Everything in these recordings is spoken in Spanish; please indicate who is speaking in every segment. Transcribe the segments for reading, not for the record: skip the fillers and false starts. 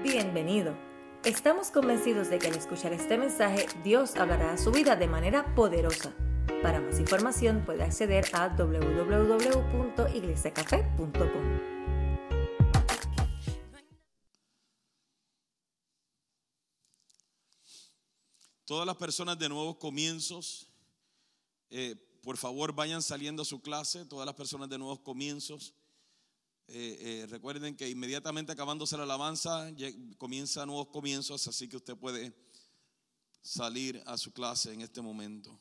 Speaker 1: Bienvenido. Estamos convencidos de que al escuchar este mensaje, Dios hablará a su vida de manera poderosa. Para más información puede acceder a www.iglesiacafe.com.
Speaker 2: Todas las personas de nuevos comienzos, por favor vayan saliendo a su clase. Todas las personas de nuevos comienzos, recuerden que inmediatamente acabándose la alabanza comienza nuevos comienzos, así que usted puede salir a su clase en este momento.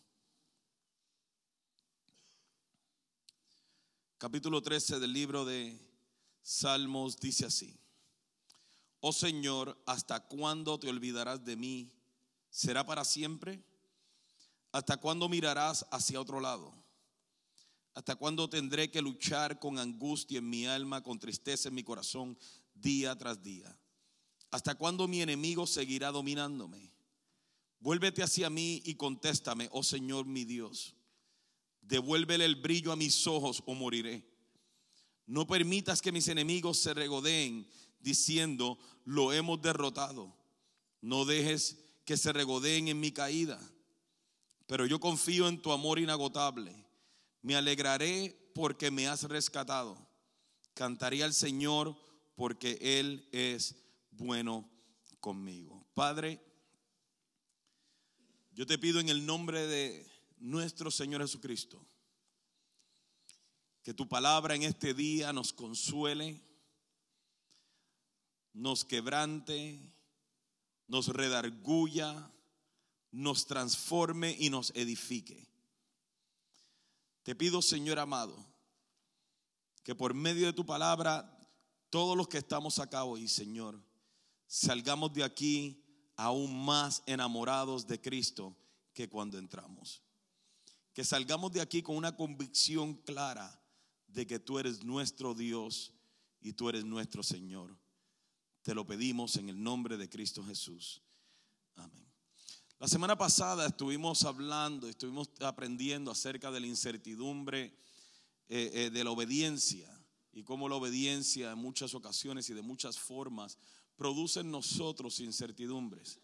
Speaker 2: Capítulo 13 del libro de Salmos dice así: Oh Señor, ¿hasta cuándo te olvidarás de mí? ¿Será para siempre? ¿Hasta cuándo mirarás hacia otro lado? ¿Hasta cuándo tendré que luchar con angustia en mi alma, con tristeza en mi corazón, día tras día? ¿Hasta cuándo mi enemigo seguirá dominándome? Vuélvete hacia mí y contéstame, oh Señor mi Dios. Devuélvele el brillo a mis ojos o moriré. No permitas que mis enemigos se regodeen diciendo, lo hemos derrotado. No dejes que se regodeen en mi caída. Pero yo confío en tu amor inagotable. Me alegraré porque me has rescatado. Cantaré al Señor porque Él es bueno conmigo. Padre, yo te pido en el nombre de nuestro Señor Jesucristo que tu palabra en este día nos consuele, nos quebrante, nos redarguya, nos transforme y nos edifique. Te pido, Señor amado, que por medio de tu palabra, todos los que estamos acá hoy, Señor, salgamos de aquí aún más enamorados de Cristo que cuando entramos. Que salgamos de aquí con una convicción clara de que tú eres nuestro Dios y tú eres nuestro Señor. Te lo pedimos en el nombre de Cristo Jesús. Amén. La semana pasada estuvimos aprendiendo acerca de la incertidumbre de la obediencia y cómo la obediencia en muchas ocasiones y de muchas formas produce en nosotros incertidumbres.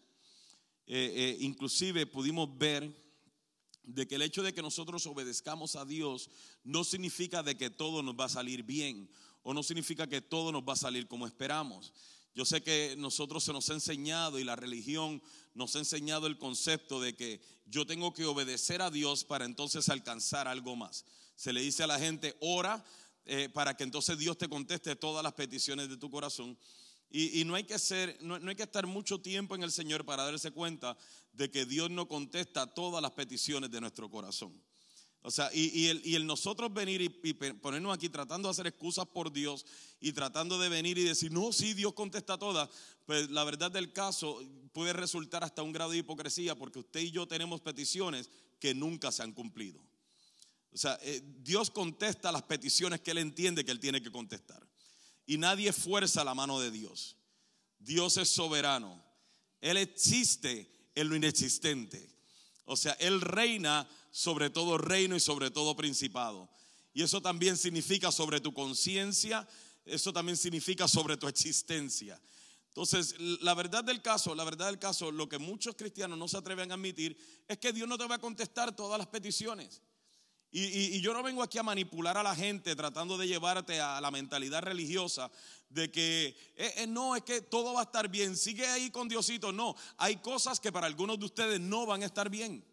Speaker 2: Inclusive pudimos ver de que el hecho de que nosotros obedezcamos a Dios no significa de que todo nos va a salir bien o no significa que todo nos va a salir como esperamos. Yo sé que nosotros se nos ha enseñado y la religión nos ha enseñado el concepto de que yo tengo que obedecer a Dios para entonces alcanzar algo más. Se le dice a la gente, ora para que entonces Dios te conteste todas las peticiones de tu corazón. Y no hay que estar mucho tiempo en el Señor para darse cuenta de que Dios no contesta todas las peticiones de nuestro corazón. O sea, y el nosotros venir y ponernos aquí tratando de hacer excusas por Dios y tratando de venir y decir, no, sí, Dios contesta todas, pues la verdad del caso puede resultar hasta un grado de hipocresía, porque usted y yo tenemos peticiones que nunca se han cumplido. O sea, Dios contesta las peticiones que Él entiende que Él tiene que contestar. Y nadie fuerza la mano de Dios. Dios es soberano. Él existe en lo inexistente. O sea, Él reina sobre todo reino y sobre todo principado. Y eso también significa sobre tu conciencia. Eso también significa sobre tu existencia. Entonces, la verdad del caso, lo que muchos cristianos no se atreven a admitir es que Dios no te va a contestar todas las peticiones. Y yo no vengo aquí a manipular a la gente tratando de llevarte a la mentalidad religiosa de que no, es que todo va a estar bien, sigue ahí con Diosito. No, hay cosas que para algunos de ustedes no van a estar bien.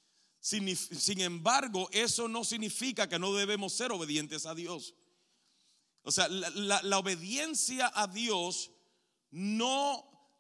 Speaker 2: Sin embargo, eso no significa que no debemos ser obedientes a Dios. O sea, la obediencia a Dios no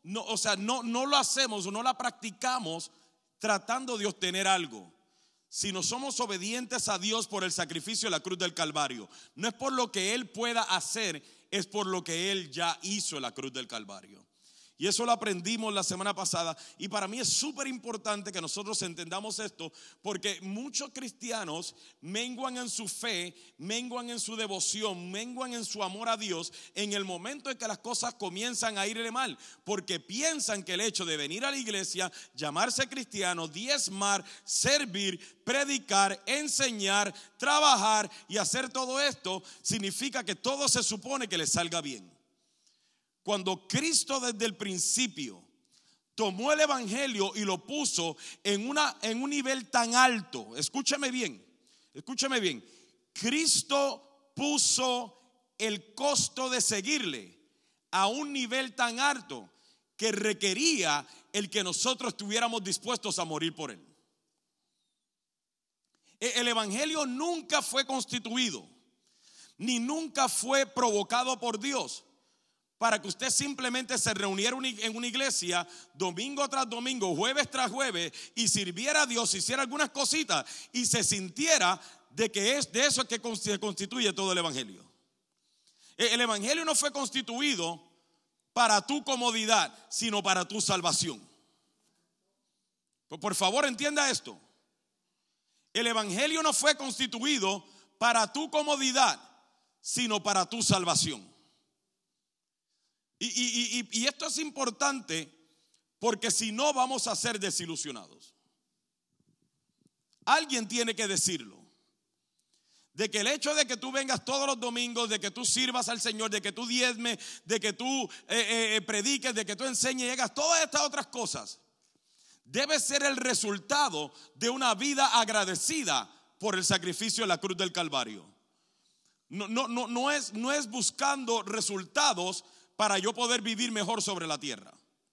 Speaker 2: lo hacemos o no la practicamos tratando de obtener algo. Si no somos obedientes a Dios por el sacrificio de la cruz del Calvario, no es por lo que Él pueda hacer, es por lo que Él ya hizo en la cruz del Calvario. Y eso lo aprendimos la semana pasada. Y para mí es súper importante que nosotros entendamos esto, porque muchos cristianos menguan en su fe, menguan en su devoción, menguan en su amor a Dios en el momento en que las cosas comienzan a irle mal, porque piensan que el hecho de venir a la iglesia, llamarse cristiano, diezmar, servir, predicar, enseñar, trabajar y hacer todo esto significa que todo se supone que les salga bien. cuando Cristo desde el principio tomó el evangelio y lo puso en un nivel tan alto. Escúchame bien. Cristo puso el costo de seguirle a un nivel tan alto que requería el que nosotros estuviéramos dispuestos a morir por él. El evangelio nunca fue constituido, ni nunca fue provocado por Dios para que usted simplemente se reuniera en una iglesia domingo tras domingo, jueves tras jueves, y sirviera a Dios, hiciera algunas cositas y se sintiera de que es de eso que se constituye todo el evangelio. El evangelio no fue constituido para tu comodidad, sino para tu salvación. Por favor, entienda esto. El evangelio no fue constituido para tu comodidad, sino para tu salvación. Y esto es importante porque si no vamos a ser desilusionados. Alguien tiene que decirlo. De que el hecho de que tú vengas todos los domingos, de que tú sirvas al Señor, de que tú diezmes, de que tú prediques, de que tú enseñes y hagas todas estas otras cosas, debe ser el resultado de una vida agradecida por el sacrificio en la cruz del Calvario. No es buscando resultados para yo poder vivir mejor sobre la tierra.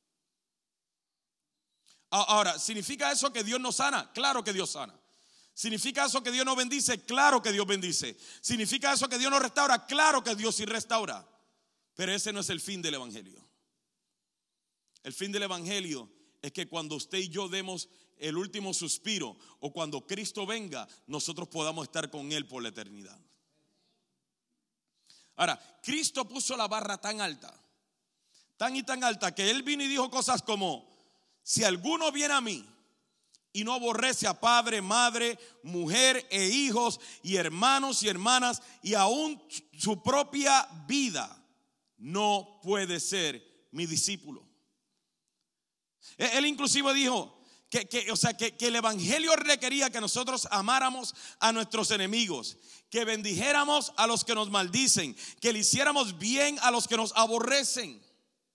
Speaker 2: Ahora, ¿significa eso que Dios nos sana? Claro que Dios sana. ¿Significa eso que Dios nos bendice? Claro que Dios bendice. ¿Significa eso que Dios nos restaura? Claro que Dios sí restaura. Pero ese no es el fin del evangelio. El fin del evangelio es que cuando usted y yo demos el último suspiro, o cuando Cristo venga, nosotros podamos estar con Él por la eternidad. Ahora, Cristo puso la barra tan alta, tan y tan alta, que Él vino y dijo cosas como: si alguno viene a mí y no aborrece a padre, madre, mujer e hijos y hermanos y hermanas y aún su propia vida, no puede ser mi discípulo. Él inclusive dijo que el evangelio requería que nosotros amáramos a nuestros enemigos, que bendijéramos a los que nos maldicen, que le hiciéramos bien a los que nos aborrecen.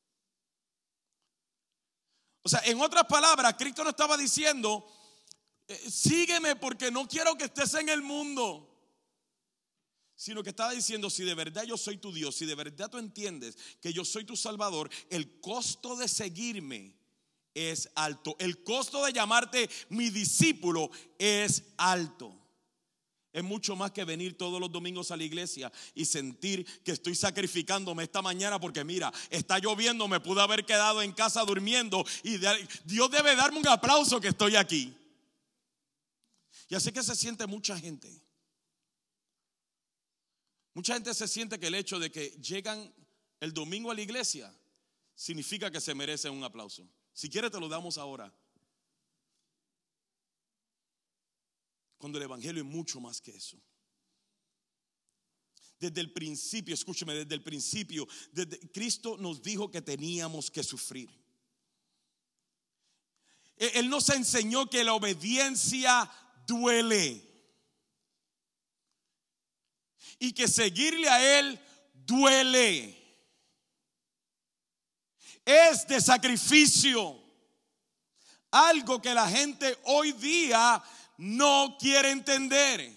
Speaker 2: O sea, en otras palabras, Cristo no estaba diciendo: sígueme porque no quiero que estés en el mundo. Sino que estaba diciendo: si de verdad yo soy tu Dios, si de verdad tú entiendes que yo soy tu Salvador, el costo de seguirme es alto. El costo de llamarte mi discípulo es alto. Es mucho más que venir todos los domingos a la iglesia y sentir que estoy sacrificándome esta mañana porque mira, está lloviendo, me pude haber quedado en casa durmiendo y Dios debe darme un aplauso que estoy aquí. Y así que se siente mucha gente. Mucha gente se siente que el hecho de que llegan el domingo a la iglesia significa que se merecen un aplauso. Si quieres te lo damos ahora. Cuando el evangelio es mucho más que eso. Desde el principio, escúcheme, desde el principio, Cristo nos dijo que teníamos que sufrir. Él nos enseñó que la obediencia duele. Y que seguirle a Él duele. Es de sacrificio. Algo que la gente hoy día no quiere entender.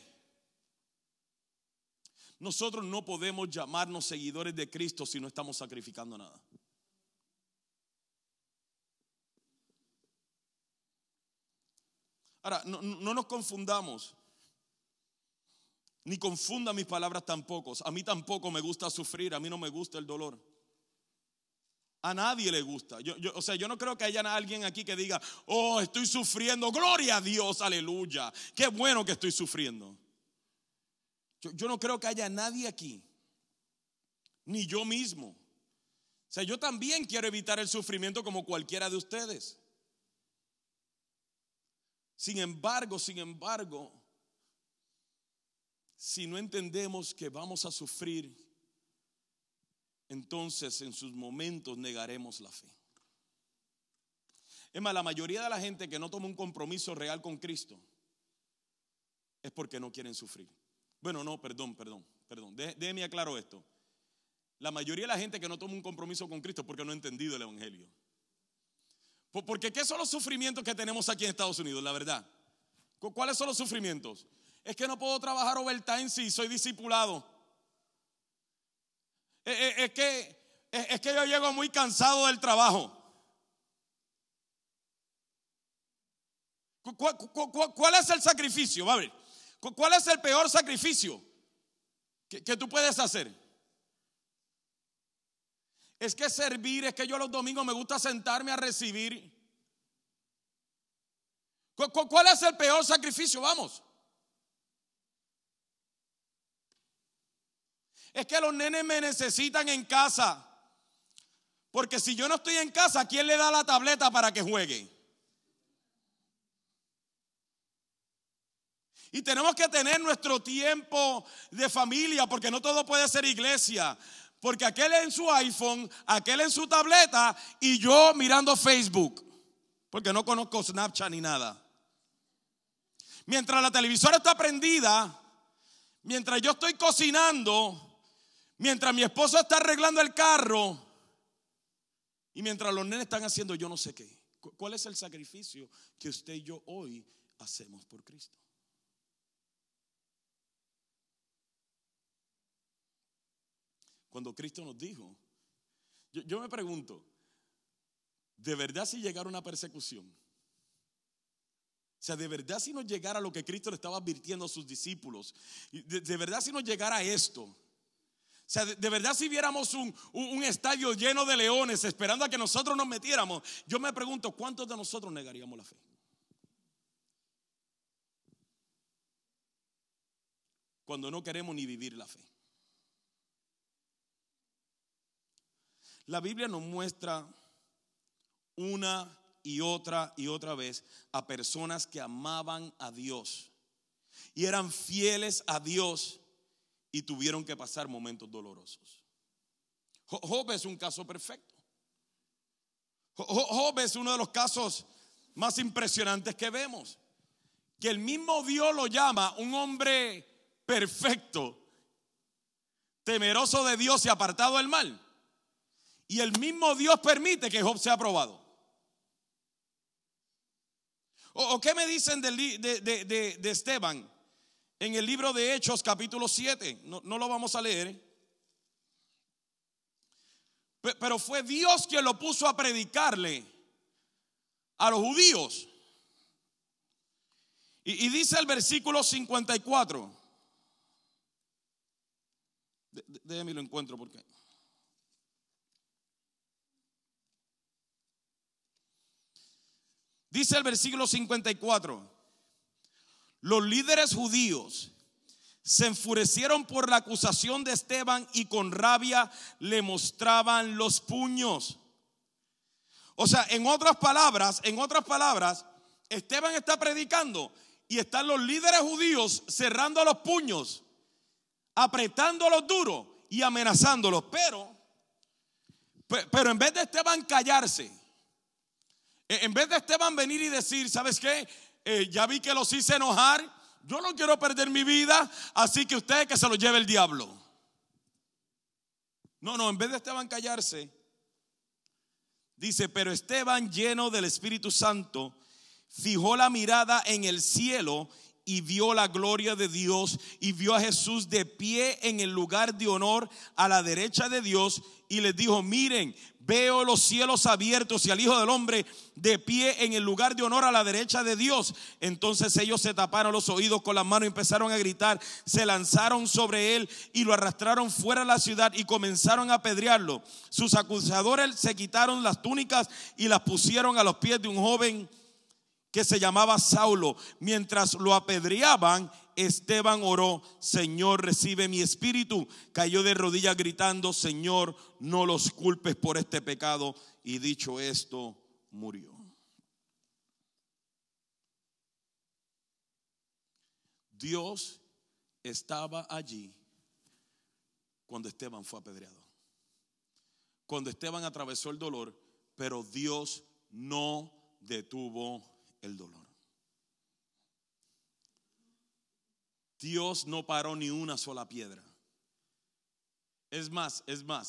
Speaker 2: Nosotros no podemos llamarnos seguidores de Cristo si no estamos sacrificando nada. Ahora, no nos confundamos. Ni confunda mis palabras tampoco. A mí tampoco me gusta sufrir. A mí no me gusta el dolor. A nadie le gusta. Yo no creo que haya alguien aquí que diga: oh, estoy sufriendo, gloria a Dios, aleluya, qué bueno que estoy sufriendo. Yo no creo que haya nadie aquí, ni yo mismo. O sea, yo también quiero evitar el sufrimiento como cualquiera de ustedes. Sin embargo, si no entendemos que vamos a sufrir, entonces en sus momentos negaremos la fe. Es más, la mayoría de la gente que no toma un compromiso real con Cristo es porque no quieren sufrir. Bueno, no, perdón. Déjeme aclarar esto. La mayoría de la gente que no toma un compromiso con Cristo es porque no ha entendido el evangelio. Porque ¿qué son los sufrimientos que tenemos aquí en Estados Unidos? La verdad, ¿cuáles son los sufrimientos? Es que no puedo trabajar overtime si soy discipulado. Es que yo llego muy cansado del trabajo. ¿Cuál es el sacrificio? Va a ver, ¿cuál es el peor sacrificio que tú puedes hacer? Es que servir, es que yo los domingos me gusta sentarme a recibir. ¿Cuál es el peor sacrificio? Vamos. Es que los nenes me necesitan en casa. Porque si yo no estoy en casa, ¿quién le da la tableta para que juegue? Y tenemos que tener nuestro tiempo de familia, porque no todo puede ser iglesia. Porque aquel en su iPhone, aquel en su tableta y yo mirando Facebook, porque no conozco Snapchat ni nada. Mientras la televisora está prendida, mientras yo estoy cocinando, mientras mi esposo está arreglando el carro y mientras los nenes están haciendo yo no sé qué. ¿Cuál es el sacrificio que usted y yo hoy hacemos por Cristo? Cuando Cristo nos dijo, yo me pregunto, ¿de verdad si llegara una persecución? O sea, ¿de verdad si nos llegara lo que Cristo le estaba advirtiendo a sus discípulos? ¿De verdad si nos llegara esto? O sea, de verdad si viéramos un estadio lleno de leones esperando a que nosotros nos metiéramos, yo me pregunto, ¿cuántos de nosotros negaríamos la fe? Cuando no queremos ni vivir la fe. La Biblia nos muestra una y otra vez a personas que amaban a Dios y eran fieles a Dios y tuvieron que pasar momentos dolorosos. Job es un caso perfecto. Job es uno de los casos más impresionantes que vemos, que el mismo Dios lo llama un hombre perfecto, temeroso de Dios y apartado del mal. Y el mismo Dios permite que Job sea probado. ¿O qué me dicen de Esteban? En el libro de Hechos capítulo 7. No lo vamos a leer. Pero fue Dios quien lo puso a predicarle a los judíos. Y dice el versículo 54. Déjame lo encuentro porque... Dice el versículo 54, los líderes judíos se enfurecieron por la acusación de Esteban y con rabia le mostraban los puños. O sea, en otras palabras, Esteban está predicando y están los líderes judíos cerrando los puños, apretándolos duros y amenazándolos. Pero en vez de Esteban callarse, en vez de Esteban venir y decir, ¿sabes qué? Ya vi que los hice enojar, yo no quiero perder mi vida, así que ustedes que se los lleve el diablo. No, en vez de Esteban callarse, dice, pero Esteban, lleno del Espíritu Santo, fijó la mirada en el cielo y vio la gloria de Dios y vio a Jesús de pie en el lugar de honor a la derecha de Dios y les dijo, miren, veo los cielos abiertos y al Hijo del Hombre de pie en el lugar de honor a la derecha de Dios. Entonces ellos se taparon los oídos con las manos y empezaron a gritar, se lanzaron sobre él y lo arrastraron fuera de la ciudad y comenzaron a apedrearlo. Sus acusadores se quitaron las túnicas y las pusieron a los pies de un joven que se llamaba Saulo. Mientras lo apedreaban, Esteban oró, Señor, recibe mi espíritu. Cayó de rodillas gritando, Señor, no los culpes por este pecado. Y dicho esto, murió. Dios estaba allí cuando Esteban fue apedreado, cuando Esteban atravesó el dolor, pero Dios no detuvo el dolor. Dios no paró ni una sola piedra. Es más.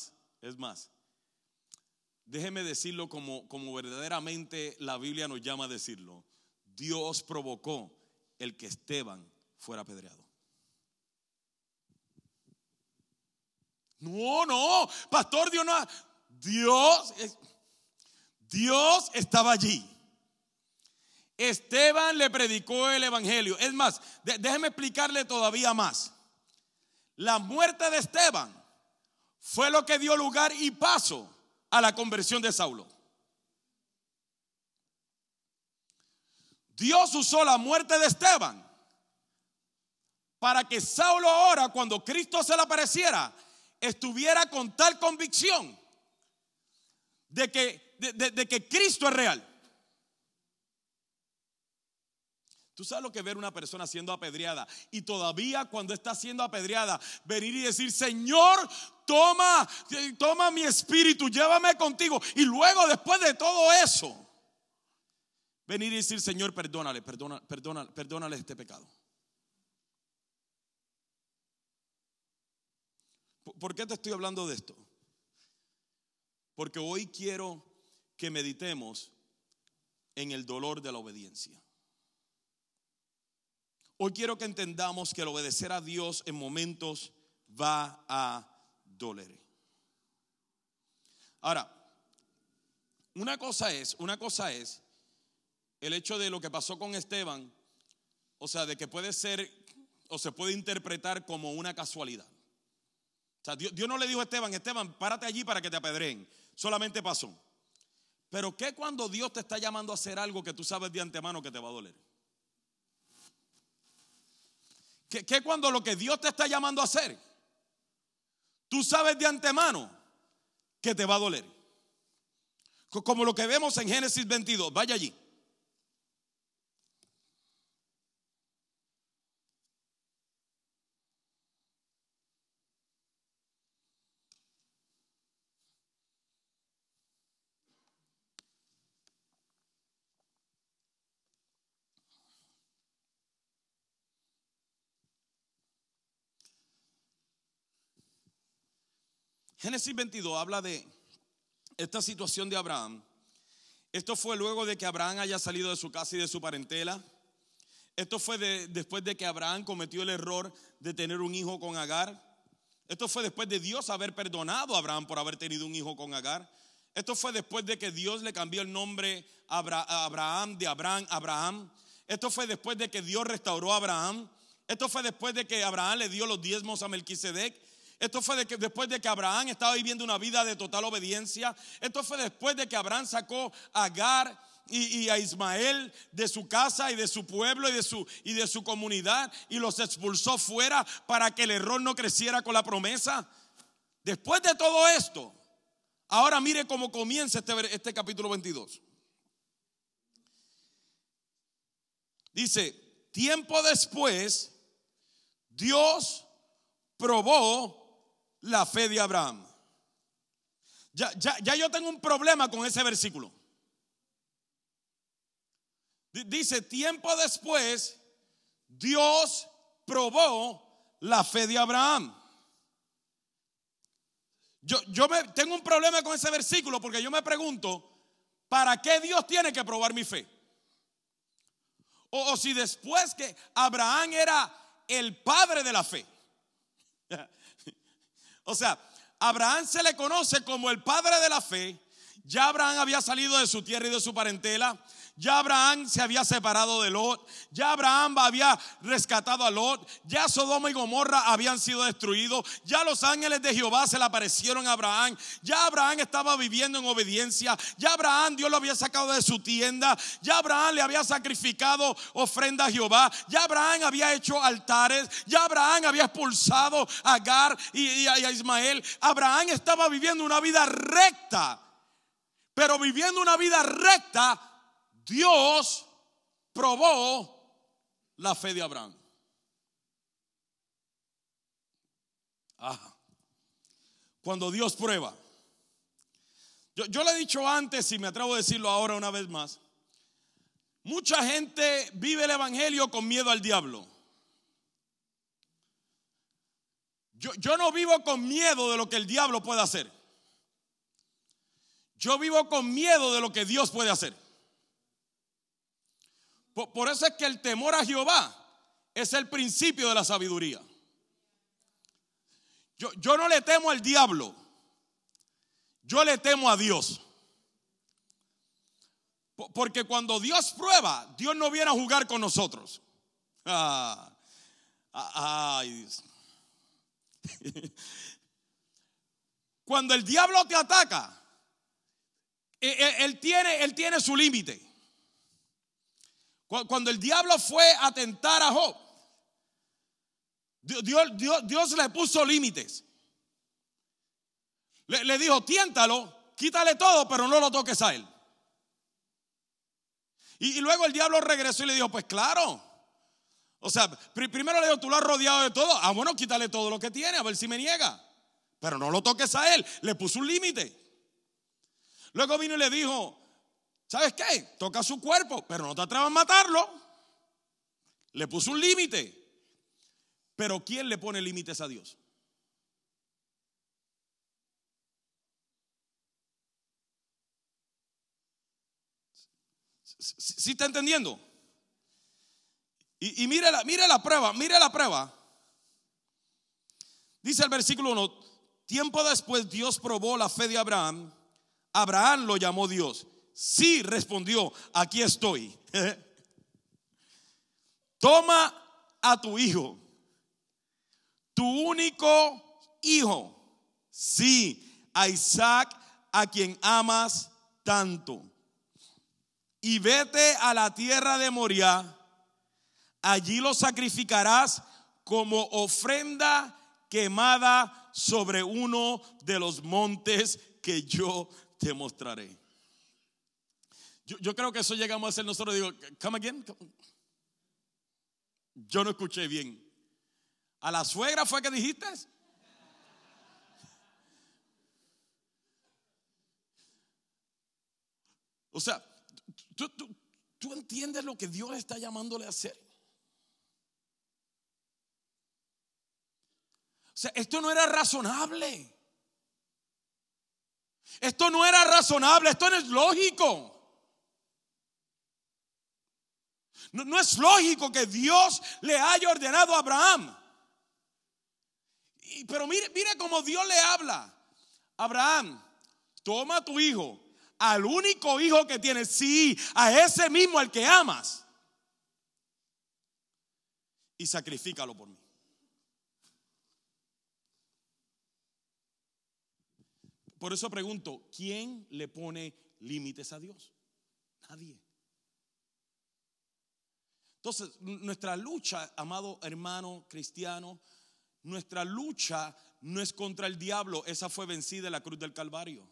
Speaker 2: Déjeme decirlo como verdaderamente la Biblia nos llama a decirlo. Dios provocó el que Esteban fuera apedreado. No, pastor, Dios estaba allí. Esteban le predicó el evangelio. Es más, déjeme explicarle todavía más. La muerte de Esteban fue lo que dio lugar y paso a la conversión de Saulo. Dios usó la muerte de Esteban para que Saulo ahora, cuando Cristo se le apareciera, estuviera con tal convicción de que Cristo es real. Tú sabes lo que es ver una persona siendo apedreada y todavía cuando está siendo apedreada venir y decir: Señor, toma mi espíritu, llévame contigo. Y luego, después de todo eso, venir y decir: Señor, perdónale este pecado. ¿Por qué te estoy hablando de esto? Porque hoy quiero que meditemos en el dolor de la obediencia. Hoy quiero que entendamos que el obedecer a Dios en momentos va a doler. Ahora, una cosa es el hecho de lo que pasó con Esteban, o sea, de que puede ser o se puede interpretar como una casualidad. O sea, Dios no le dijo a Esteban, párate allí para que te apedreen. Solamente pasó. Pero ¿qué cuando Dios te está llamando a hacer algo que tú sabes de antemano que te va a doler? ¿Qué cuando lo que Dios te está llamando a hacer, tú sabes de antemano que te va a doler? Como lo que vemos en Génesis 22. Vaya allí. Génesis 22 habla de esta situación de Abraham. Esto fue luego de que Abraham haya salido de su casa y de su parentela. Esto fue después de que Abraham cometió el error de tener un hijo con Agar. Esto fue después de Dios haber perdonado a Abraham por haber tenido un hijo con Agar. Esto fue después de que Dios le cambió el nombre a Abraham de Abraham a Abraham. Esto fue después de que Dios restauró a Abraham. Esto fue después de que Abraham le dio los diezmos a Melquisedec. Esto fue después de que Abraham estaba viviendo una vida de total obediencia. Esto fue después de que Abraham sacó a Agar y a Ismael de su casa y de su pueblo y de su comunidad y los expulsó fuera para que el error no creciera con la promesa. Después de todo esto, ahora mire cómo comienza este capítulo 22. Dice: tiempo después, Dios probó la fe de Abraham. Ya yo tengo un problema con ese versículo. Dice: tiempo después, Dios probó la fe de Abraham. Yo tengo un problema con ese versículo porque yo me pregunto: ¿para qué Dios tiene que probar mi fe? O si después que Abraham era el padre de la fe. O sea, Abraham se le conoce como el padre de la fe. Ya Abraham había salido de su tierra y de su parentela. Ya Abraham se había separado de Lot. Ya Abraham había rescatado a Lot. Ya Sodoma y Gomorra habían sido destruidos. Ya los ángeles de Jehová se le aparecieron a Abraham. Ya Abraham estaba viviendo en obediencia. Ya Abraham, Dios lo había sacado de su tienda. Ya Abraham le había sacrificado ofrenda a Jehová. Ya Abraham había hecho altares. Ya Abraham había expulsado a Agar y a Ismael. Abraham estaba viviendo una vida recta. Pero viviendo una vida recta, Dios probó la fe de Abraham. Cuando Dios prueba, yo le he dicho antes y me atrevo a decirlo ahora una vez más: mucha gente vive el evangelio con miedo al diablo. Yo no vivo con miedo de lo que el diablo pueda hacer. Yo vivo con miedo de lo que Dios puede hacer. Por eso es que el temor a Jehová es el principio de la sabiduría. Yo no le temo al diablo, yo le temo a Dios. Porque cuando Dios prueba, Dios no viene a jugar con nosotros. Ay, cuando el diablo te ataca, él tiene su límite. Cuando el diablo fue a tentar a Job, Dios le puso límites. Le dijo: tiéntalo, quítale todo, pero no lo toques a él. Y luego el diablo regresó y le dijo: pues claro. O sea, primero le dijo: tú lo has rodeado de todo. Bueno, quítale todo lo que tiene, a ver si me niega. Pero no lo toques a él. Le puso un límite. Luego vino y le dijo: ¿sabes qué? Toca su cuerpo, pero no te atrevas a matarlo. Le puso un límite. Pero ¿quién le pone límites a Dios? ¿Sí está entendiendo? Y mire la prueba. Dice el versículo 1: tiempo después Dios probó la fe de Abraham. Abraham lo llamó Dios. Sí, respondió: aquí estoy. Toma a tu hijo, tu único hijo, sí, a Isaac, a quien amas tanto, y vete a la tierra de Moriah. Allí lo sacrificarás como ofrenda quemada sobre uno de los montes que yo te mostraré. Yo creo que eso llegamos a hacer nosotros. Digo: come again. Yo no escuché bien. ¿A la suegra fue que dijiste? O sea, ¿tú entiendes lo que Dios está llamándole a hacer? O sea, esto no era razonable. Esto no es lógico. No es lógico que Dios le haya ordenado a Abraham. Pero mire cómo Dios le habla. Abraham, toma a tu hijo, al único hijo que tienes, sí, a ese mismo al que amas, y sacrifícalo por mí. Por eso pregunto: ¿quién le pone límites a Dios? Nadie. Entonces, nuestra lucha, amado hermano cristiano, nuestra lucha no es contra el diablo. Esa fue vencida en la cruz del Calvario.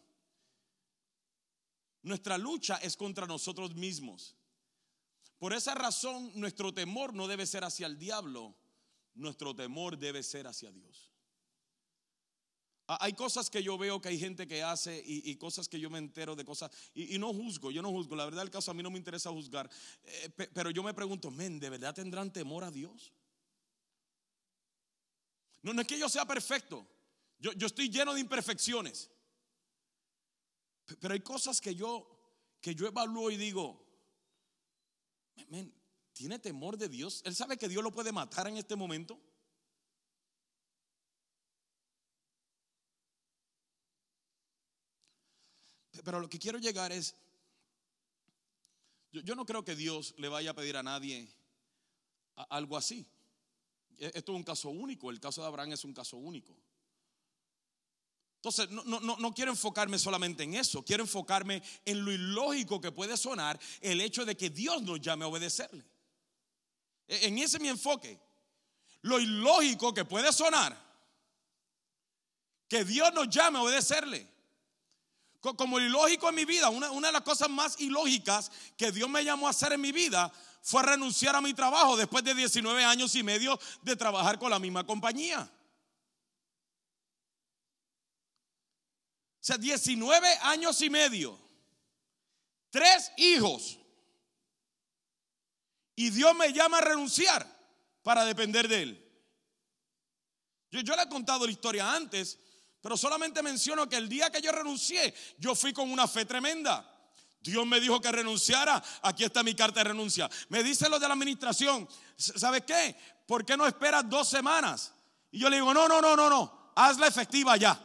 Speaker 2: Nuestra lucha es contra nosotros mismos. Por esa razón, nuestro temor no debe ser hacia el diablo. Nuestro temor debe ser hacia Dios. Hay cosas que yo veo que hay gente que hace y cosas que yo me entero de cosas y no juzgo, yo no juzgo. La verdad del caso, a mí no me interesa juzgar, pero yo me pregunto: ¿de verdad tendrán temor a Dios? No es que yo sea perfecto, yo estoy lleno de imperfecciones, pero hay cosas que yo evalúo y digo: ¿tiene temor de Dios? ¿Él sabe que Dios lo puede matar en este momento? Pero lo que quiero llegar es: yo no creo que Dios le vaya a pedir a nadie algo así. Esto es un caso único. El caso de Abraham es un caso único. Entonces no quiero enfocarme solamente en eso. Quiero enfocarme en lo ilógico que puede sonar el hecho de que Dios nos llame a obedecerle. En ese es mi enfoque. Lo ilógico que puede sonar que Dios nos llame a obedecerle. Como ilógico en mi vida, una de las cosas más ilógicas que Dios me llamó a hacer en mi vida fue renunciar a mi trabajo después de 19 años y medio de trabajar con la misma compañía. O sea, 19 años y medio, 3 hijos, y Dios me llama a renunciar para depender de Él. Yo le he contado la historia antes, pero solamente menciono que el día que yo renuncié, yo fui con una fe tremenda. Dios me dijo que renunciara, aquí está mi carta de renuncia. Me dice lo de la administración, ¿sabes qué? ¿Por qué no esperas 2 semanas? Y yo le digo, no, hazla efectiva ya.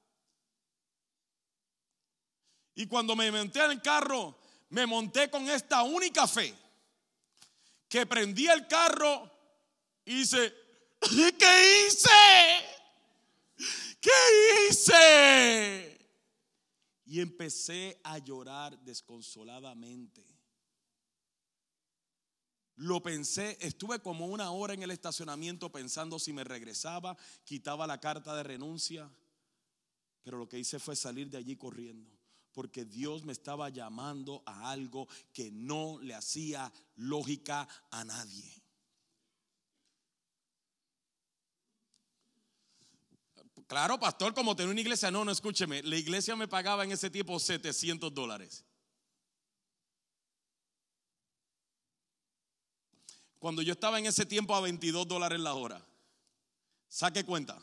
Speaker 2: Y cuando me monté en el carro, me monté con esta única fe, que prendí el carro y hice, ¿qué hice? ¿Qué hice? Y empecé a llorar desconsoladamente. Lo pensé, estuve como 1 hora en el estacionamiento pensando si me regresaba, quitaba la carta de renuncia. Pero lo que hice fue salir de allí corriendo, porque Dios me estaba llamando a algo que no le hacía lógica a nadie. Claro, pastor, como tenía una iglesia. No, escúcheme, la iglesia me pagaba en ese tiempo $700. Cuando yo estaba en ese tiempo a $22 la hora. Saque cuenta.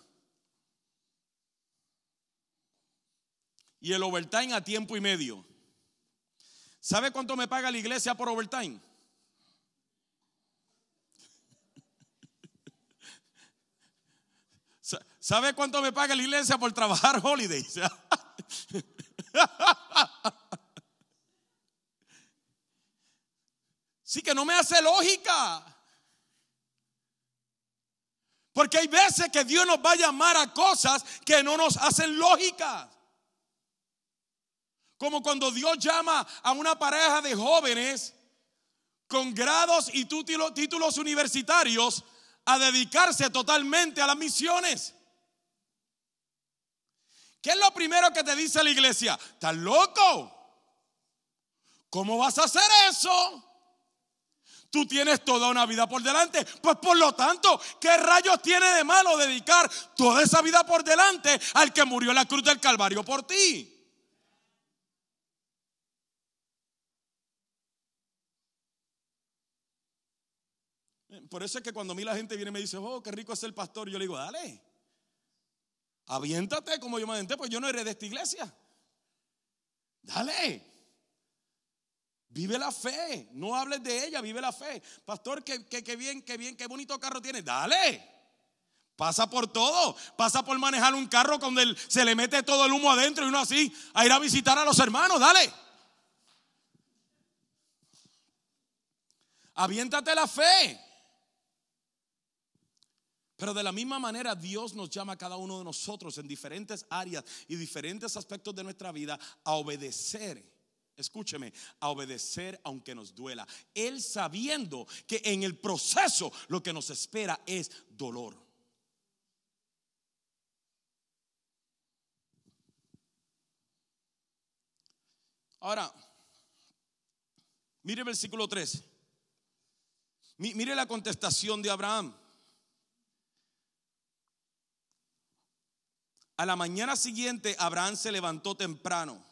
Speaker 2: Y el overtime a tiempo y medio. ¿Sabe cuánto me paga la iglesia por overtime? ¿Sabe cuánto me paga la iglesia por trabajar holidays? Sí, que no me hace lógica. Porque hay veces que Dios nos va a llamar a cosas que no nos hacen lógica. Como cuando Dios llama a una pareja de jóvenes con grados y títulos universitarios a dedicarse totalmente a las misiones. ¿Qué es lo primero que te dice la iglesia? ¿Estás loco? ¿Cómo vas a hacer eso? Tú tienes toda una vida por delante. Pues por lo tanto, ¿qué rayos tiene de malo dedicar toda esa vida por delante al que murió en la cruz del Calvario por ti? Por eso es que cuando a mí la gente viene y me dice, oh, qué rico es el pastor, yo le digo, dale, aviéntate como yo me aventé, pues yo no heredé esta iglesia. Dale, vive la fe, no hables de ella, vive la fe. Pastor, qué bien, qué bonito carro tiene. Dale, pasa por todo, pasa por manejar un carro donde se le mete todo el humo adentro y uno así a ir a visitar a los hermanos. Dale, aviéntate la fe. Pero de la misma manera Dios nos llama a cada uno de nosotros en diferentes áreas y diferentes aspectos de nuestra vida a obedecer. Escúcheme, a obedecer aunque nos duela. Él sabiendo que en el proceso lo que nos espera es dolor. Ahora, mire el versículo 3. Mire la contestación de Abraham. A la mañana siguiente Abraham se levantó temprano,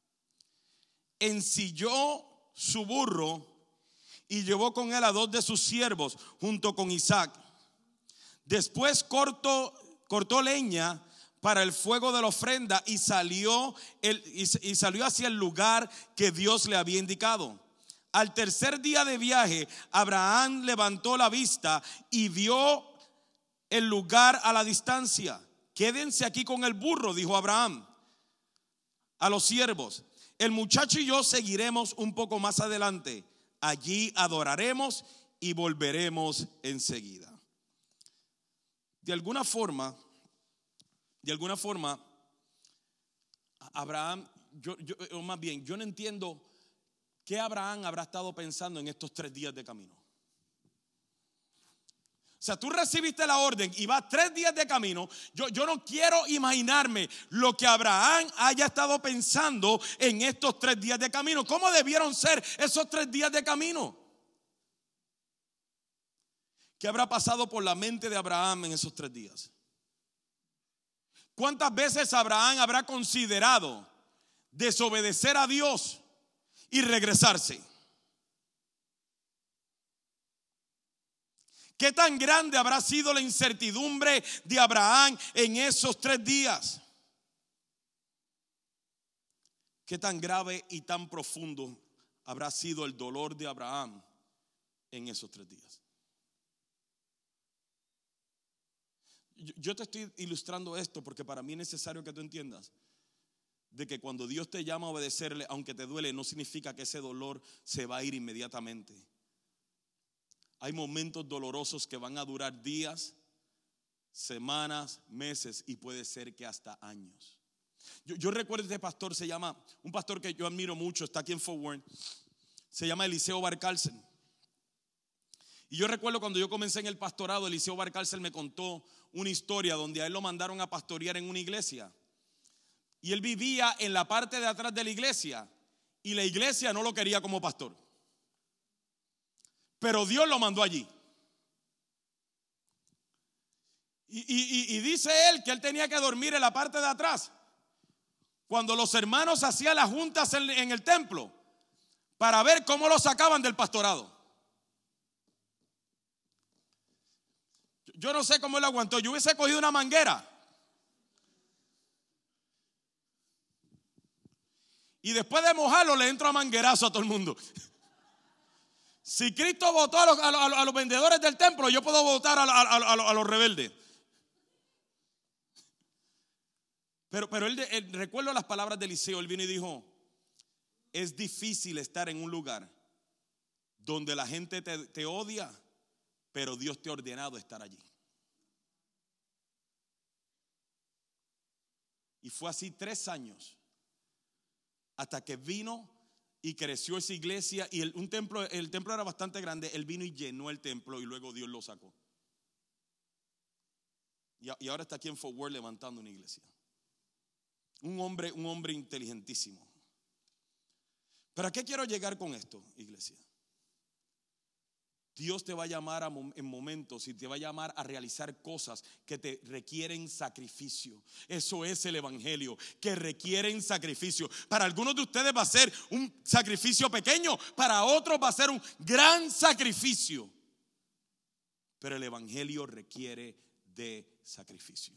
Speaker 2: ensilló su burro y llevó con él a 2 de sus siervos junto con Isaac. Después cortó leña para el fuego de la ofrenda y salió hacia el lugar que Dios le había indicado. Al tercer día de viaje, Abraham levantó la vista y vio el lugar a la distancia. Quédense aquí con el burro, dijo Abraham a los siervos. El muchacho y yo seguiremos un poco más adelante. Allí adoraremos y volveremos enseguida. De alguna forma, Abraham, yo no entiendo qué Abraham habrá estado pensando en estos 3 días de camino. O sea, tú recibiste la orden y vas 3 días de camino. Yo no quiero imaginarme lo que Abraham haya estado pensando en estos 3 días de camino. ¿Cómo debieron ser esos 3 días de camino? ¿Qué habrá pasado por la mente de Abraham en esos 3 días? ¿Cuántas veces Abraham habrá considerado desobedecer a Dios y regresarse? ¿Qué tan grande habrá sido la incertidumbre de Abraham en esos 3 días? ¿Qué tan grave y tan profundo habrá sido el dolor de Abraham en esos 3 días? Yo te estoy ilustrando esto porque para mí es necesario que tú entiendas de que cuando Dios te llama a obedecerle, aunque te duele, no significa que ese dolor se va a ir inmediatamente. Hay momentos dolorosos que van a durar días, semanas, meses y puede ser que hasta años. Yo recuerdo este pastor, se llama, un pastor que yo admiro mucho, está aquí en Fort Worth, se llama Eliseo Barcárcel. Y yo recuerdo cuando yo comencé en el pastorado, Eliseo Barcárcel me contó una historia donde a él lo mandaron a pastorear en una iglesia. Y él vivía en la parte de atrás de la iglesia y la iglesia no lo quería como pastor. Pero Dios lo mandó allí. Y dice él que él tenía que dormir en la parte de atrás. Cuando los hermanos hacían las juntas en el templo para ver cómo lo sacaban del pastorado. Yo no sé cómo él aguantó. Yo hubiese cogido una manguera y después de mojarlo le entro a manguerazo a todo el mundo. Si Cristo votó a los vendedores del templo, yo puedo votar a los rebeldes. Pero él recuerdo las palabras de Eliseo. Él vino y dijo: es difícil estar en un lugar donde la gente te odia, pero Dios te ha ordenado estar allí. Y fue así 3 años hasta que vino y creció esa iglesia. Y el templo era bastante grande. Él vino y llenó el templo y luego Dios lo sacó. Y ahora está aquí en Fort Worth levantando una iglesia. Un hombre inteligentísimo. ¿Pero a qué quiero llegar con esto, iglesia? Dios te va a llamar en momentos y te va a llamar a realizar cosas que te requieren sacrificio. Eso es el evangelio, que requieren sacrificio. Para algunos de ustedes va a ser un sacrificio pequeño, para otros va a ser un gran sacrificio. Pero el evangelio requiere de sacrificio.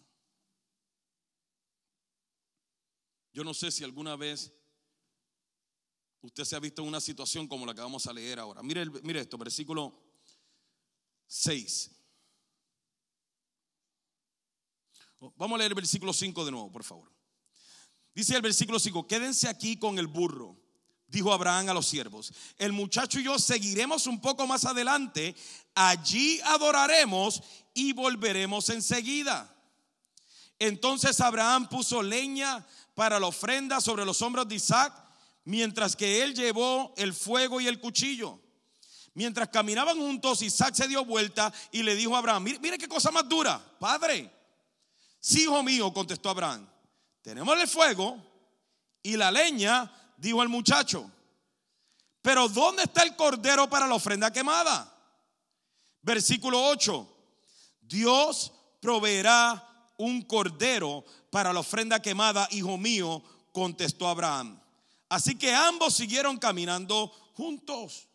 Speaker 2: Yo no sé si alguna vez usted se ha visto en una situación como la que vamos a leer ahora. Mire esto, versículo 6. Vamos a leer el versículo 5 de nuevo, por favor. Dice el versículo 5: quédense aquí con el burro, dijo Abraham a los siervos. El muchacho y yo seguiremos un poco más adelante. Allí adoraremos y volveremos enseguida. Entonces Abraham puso leña para la ofrenda sobre los hombros de Isaac, mientras que él llevó el fuego y el cuchillo. Mientras caminaban juntos, Isaac se dio vuelta y le dijo a Abraham: mire qué cosa más dura, padre. Sí, hijo mío, contestó Abraham, tenemos el fuego y la leña, dijo el muchacho, pero ¿dónde está el cordero para la ofrenda quemada? Versículo 8: Dios proveerá un cordero para la ofrenda quemada, hijo mío, contestó Abraham. Así que ambos siguieron caminando juntos.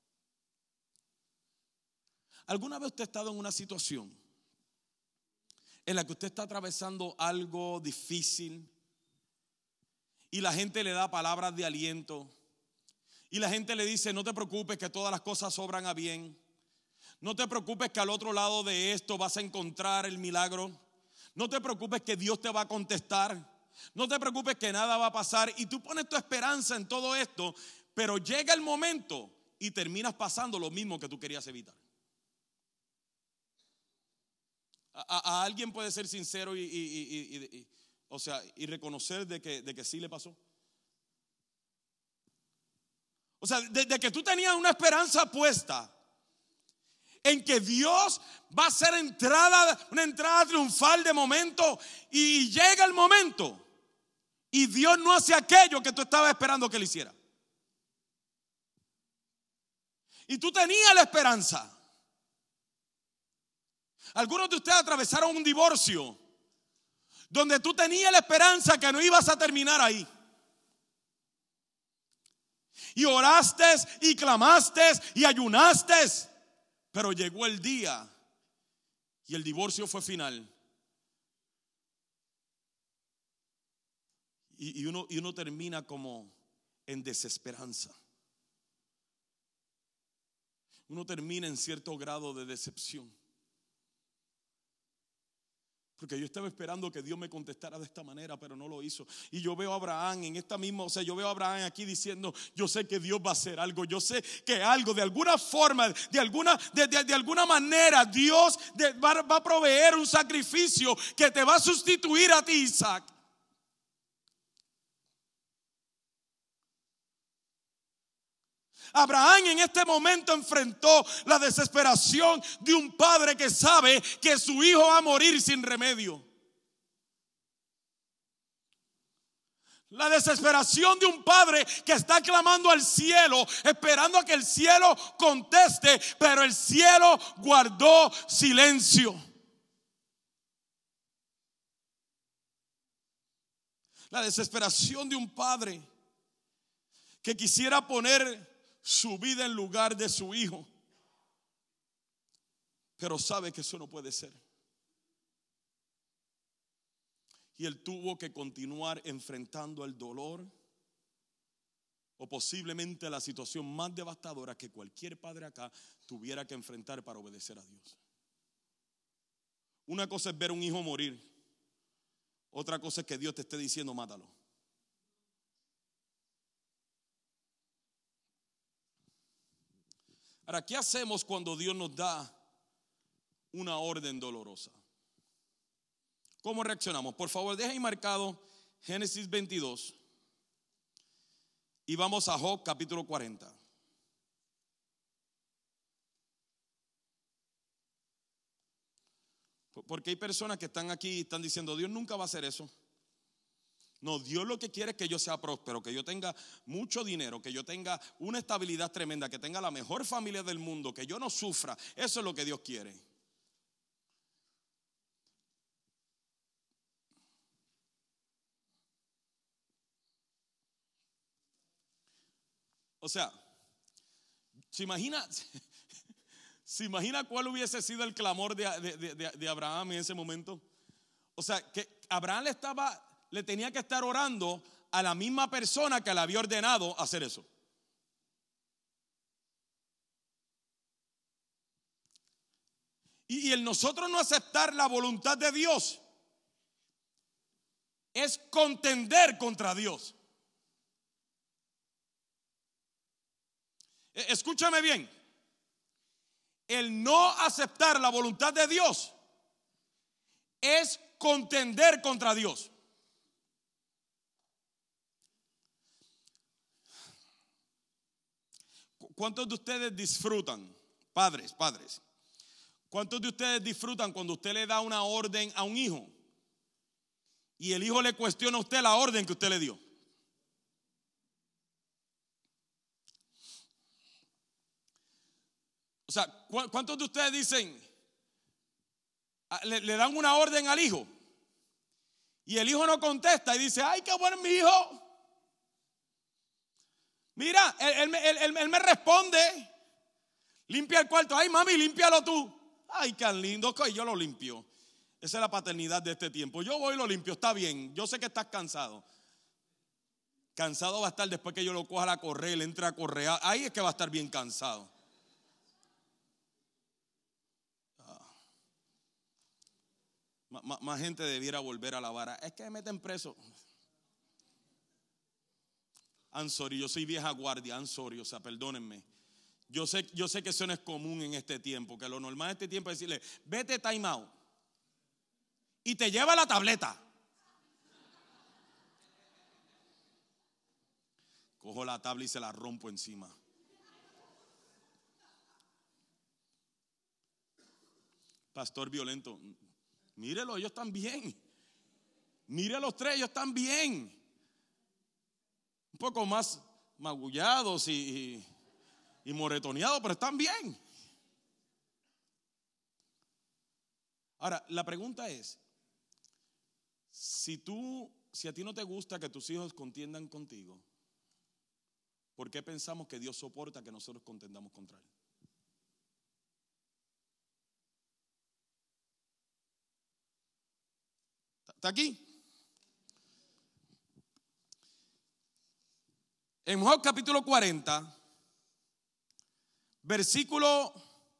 Speaker 2: ¿Alguna vez usted ha estado en una situación en la que usted está atravesando algo difícil y la gente le da palabras de aliento y la gente le dice: no te preocupes, que todas las cosas obran a bien, no te preocupes, que al otro lado de esto vas a encontrar el milagro, no te preocupes, que Dios te va a contestar, no te preocupes, que nada va a pasar? Y tú pones tu esperanza en todo esto, pero llega el momento y terminas pasando lo mismo que tú querías evitar. A alguien puede ser sincero y reconocer de que sí le pasó. O sea, de que tú tenías una esperanza puesta en que Dios va a hacer una entrada triunfal de momento, y llega el momento y Dios no hace aquello que tú estabas esperando que Él hiciera. Y tú tenías la esperanza. Algunos de ustedes atravesaron un divorcio donde tú tenías la esperanza que no ibas a terminar ahí. Y oraste y clamaste y ayunaste, pero llegó el día y el divorcio fue final. Y uno termina como en desesperanza. Uno termina en cierto grado de decepción. Porque yo estaba esperando que Dios me contestara de esta manera, pero no lo hizo. Y yo veo a Abraham en esta misma, yo veo a Abraham aquí diciendo, yo sé que Dios va a hacer algo. Yo sé que algo, de alguna forma, de alguna manera, Dios va a proveer un sacrificio que te va a sustituir a ti, Isaac. Abraham en este momento enfrentó la desesperación de un padre que sabe que su hijo va a morir sin remedio. La desesperación de un padre que está clamando al cielo, esperando a que el cielo conteste, pero el cielo guardó silencio. La desesperación de un padre que quisiera poner su vida en lugar de su hijo, pero sabe que eso no puede ser. Y él tuvo que continuar enfrentando el dolor, o posiblemente la situación más devastadora que cualquier padre acá tuviera que enfrentar para obedecer a Dios. Una cosa es ver a un hijo morir, otra cosa es que Dios te esté diciendo mátalo. Ahora, ¿qué hacemos cuando Dios nos da una orden dolorosa? ¿Cómo reaccionamos? Por favor, deja ahí marcado Génesis 22 y vamos a Job capítulo 40. Porque hay personas que están aquí y están diciendo, Dios nunca va a hacer eso. No, Dios lo que quiere es que yo sea próspero, que yo tenga mucho dinero, que yo tenga una estabilidad tremenda, que tenga la mejor familia del mundo, que yo no sufra. Eso es lo que Dios quiere. O sea, ¿se imagina cuál hubiese sido el clamor de Abraham en ese momento? O sea, que Abraham le tenía que estar orando a la misma persona que le había ordenado hacer eso. Y el nosotros no aceptar la voluntad de Dios es contender contra Dios. Escúchame bien. El no aceptar la voluntad de Dios es contender contra Dios. ¿Cuántos de ustedes disfrutan, padres, cuántos de ustedes disfrutan cuando usted le da una orden a un hijo y el hijo le cuestiona a usted la orden que usted le dio? O sea, ¿cuántos de ustedes dicen, le dan una orden al hijo y el hijo no contesta y dice, ay, qué bueno mi hijo? Mira, él me responde, limpia el cuarto, ay mami, límpialo tú. Ay, qué lindo, que yo lo limpio. Esa es la paternidad de este tiempo. Yo voy y lo limpio, está bien, yo sé que estás cansado. Cansado va a estar después que yo lo coja a correr, le entre a correr. Ahí es que va a estar bien cansado. Más gente debiera volver a la vara. Es que me meten preso. I'm sorry, yo soy vieja guardia. I'm sorry, o sea, perdónenme. Yo sé que eso no es común en este tiempo. Que lo normal en este tiempo es decirle, vete time out. Y te lleva la tableta. Cojo la tabla y se la rompo encima. Pastor violento. Mírelo, ellos están bien. Mire a los tres, ellos están bien. Un poco más magullados y moretoneados, pero están bien. Ahora, la pregunta es, si a ti no te gusta que tus hijos contiendan contigo, ¿por qué pensamos que Dios soporta que nosotros contendamos contra Él? ¿Está aquí? En Job capítulo 40, versículo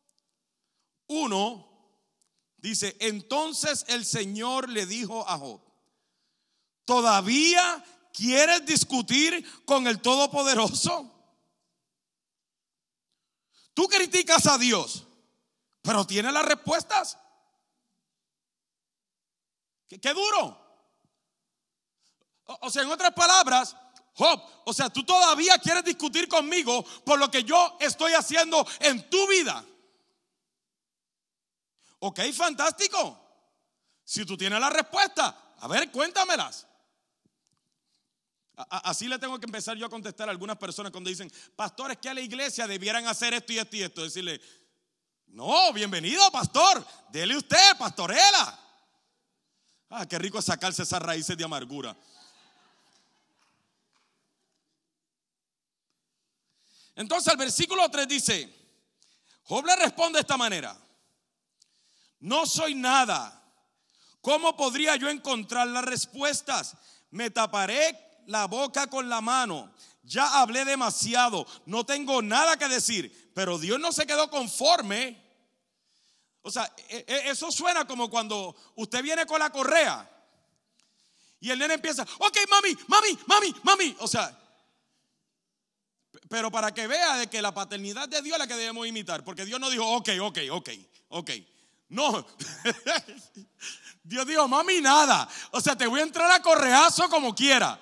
Speaker 2: 1, dice: entonces el Señor le dijo a Job: ¿todavía quieres discutir con el Todopoderoso? Tú criticas a Dios, pero tiene las respuestas. Qué duro. O sea, en otras palabras, Job, o sea, tú todavía quieres discutir conmigo por lo que yo estoy haciendo en tu vida. Ok, fantástico. Si tú tienes la respuesta, a ver, cuéntamelas. Así le tengo que empezar yo a contestar a algunas personas cuando dicen: pastores, que a la iglesia debieran hacer esto y esto y esto. Decirle: no, bienvenido, pastor, dele usted, pastorela. Qué rico es sacarse esas raíces de amargura. Entonces el versículo 3 dice: Job le responde de esta manera: no soy nada. ¿Cómo podría yo encontrar las respuestas? Me taparé la boca con la mano. Ya hablé demasiado. No tengo nada que decir. Pero Dios no se quedó conforme. O sea, eso suena como cuando usted viene con la correa y el nene empieza: ok, mami. O sea, pero para que vea de que la paternidad de Dios es la que debemos imitar. Porque Dios no dijo ok. No. Dios dijo: mami, nada. O sea, te voy a entrar a correazo como quiera.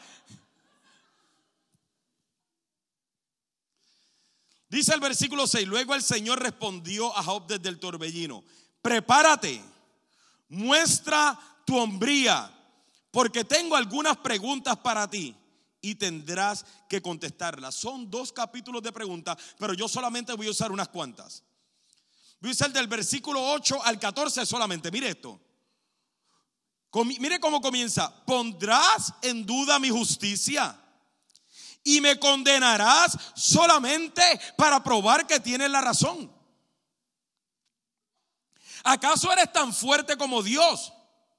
Speaker 2: Dice el versículo 6: luego el Señor respondió a Job desde el torbellino: prepárate, muestra tu hombría, porque tengo algunas preguntas para ti y tendrás que contestarlas. Son 2 capítulos de preguntas, pero yo solamente voy a usar unas cuantas. Voy a usar del versículo 8 al 14 solamente. Mire esto. Mire cómo comienza: ¿pondrás en duda mi justicia y me condenarás solamente para probar que tienes la razón? ¿Acaso eres tan fuerte como Dios?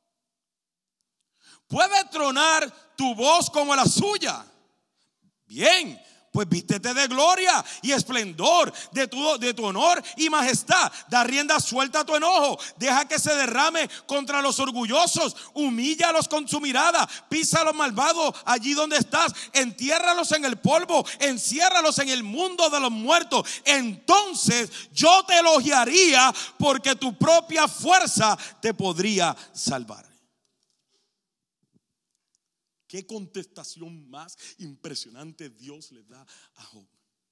Speaker 2: ¿Puede tronar tu voz como la suya? Bien, pues vístete de gloria y esplendor, de tu honor y majestad. Da rienda suelta a tu enojo. Deja que se derrame contra los orgullosos. Humíllalos con su mirada. Pisa a los malvados allí donde estás. Entiérralos en el polvo. Enciérralos en el mundo de los muertos. Entonces yo te elogiaría, porque tu propia fuerza te podría salvar. ¿Qué contestación más impresionante Dios le da a Job?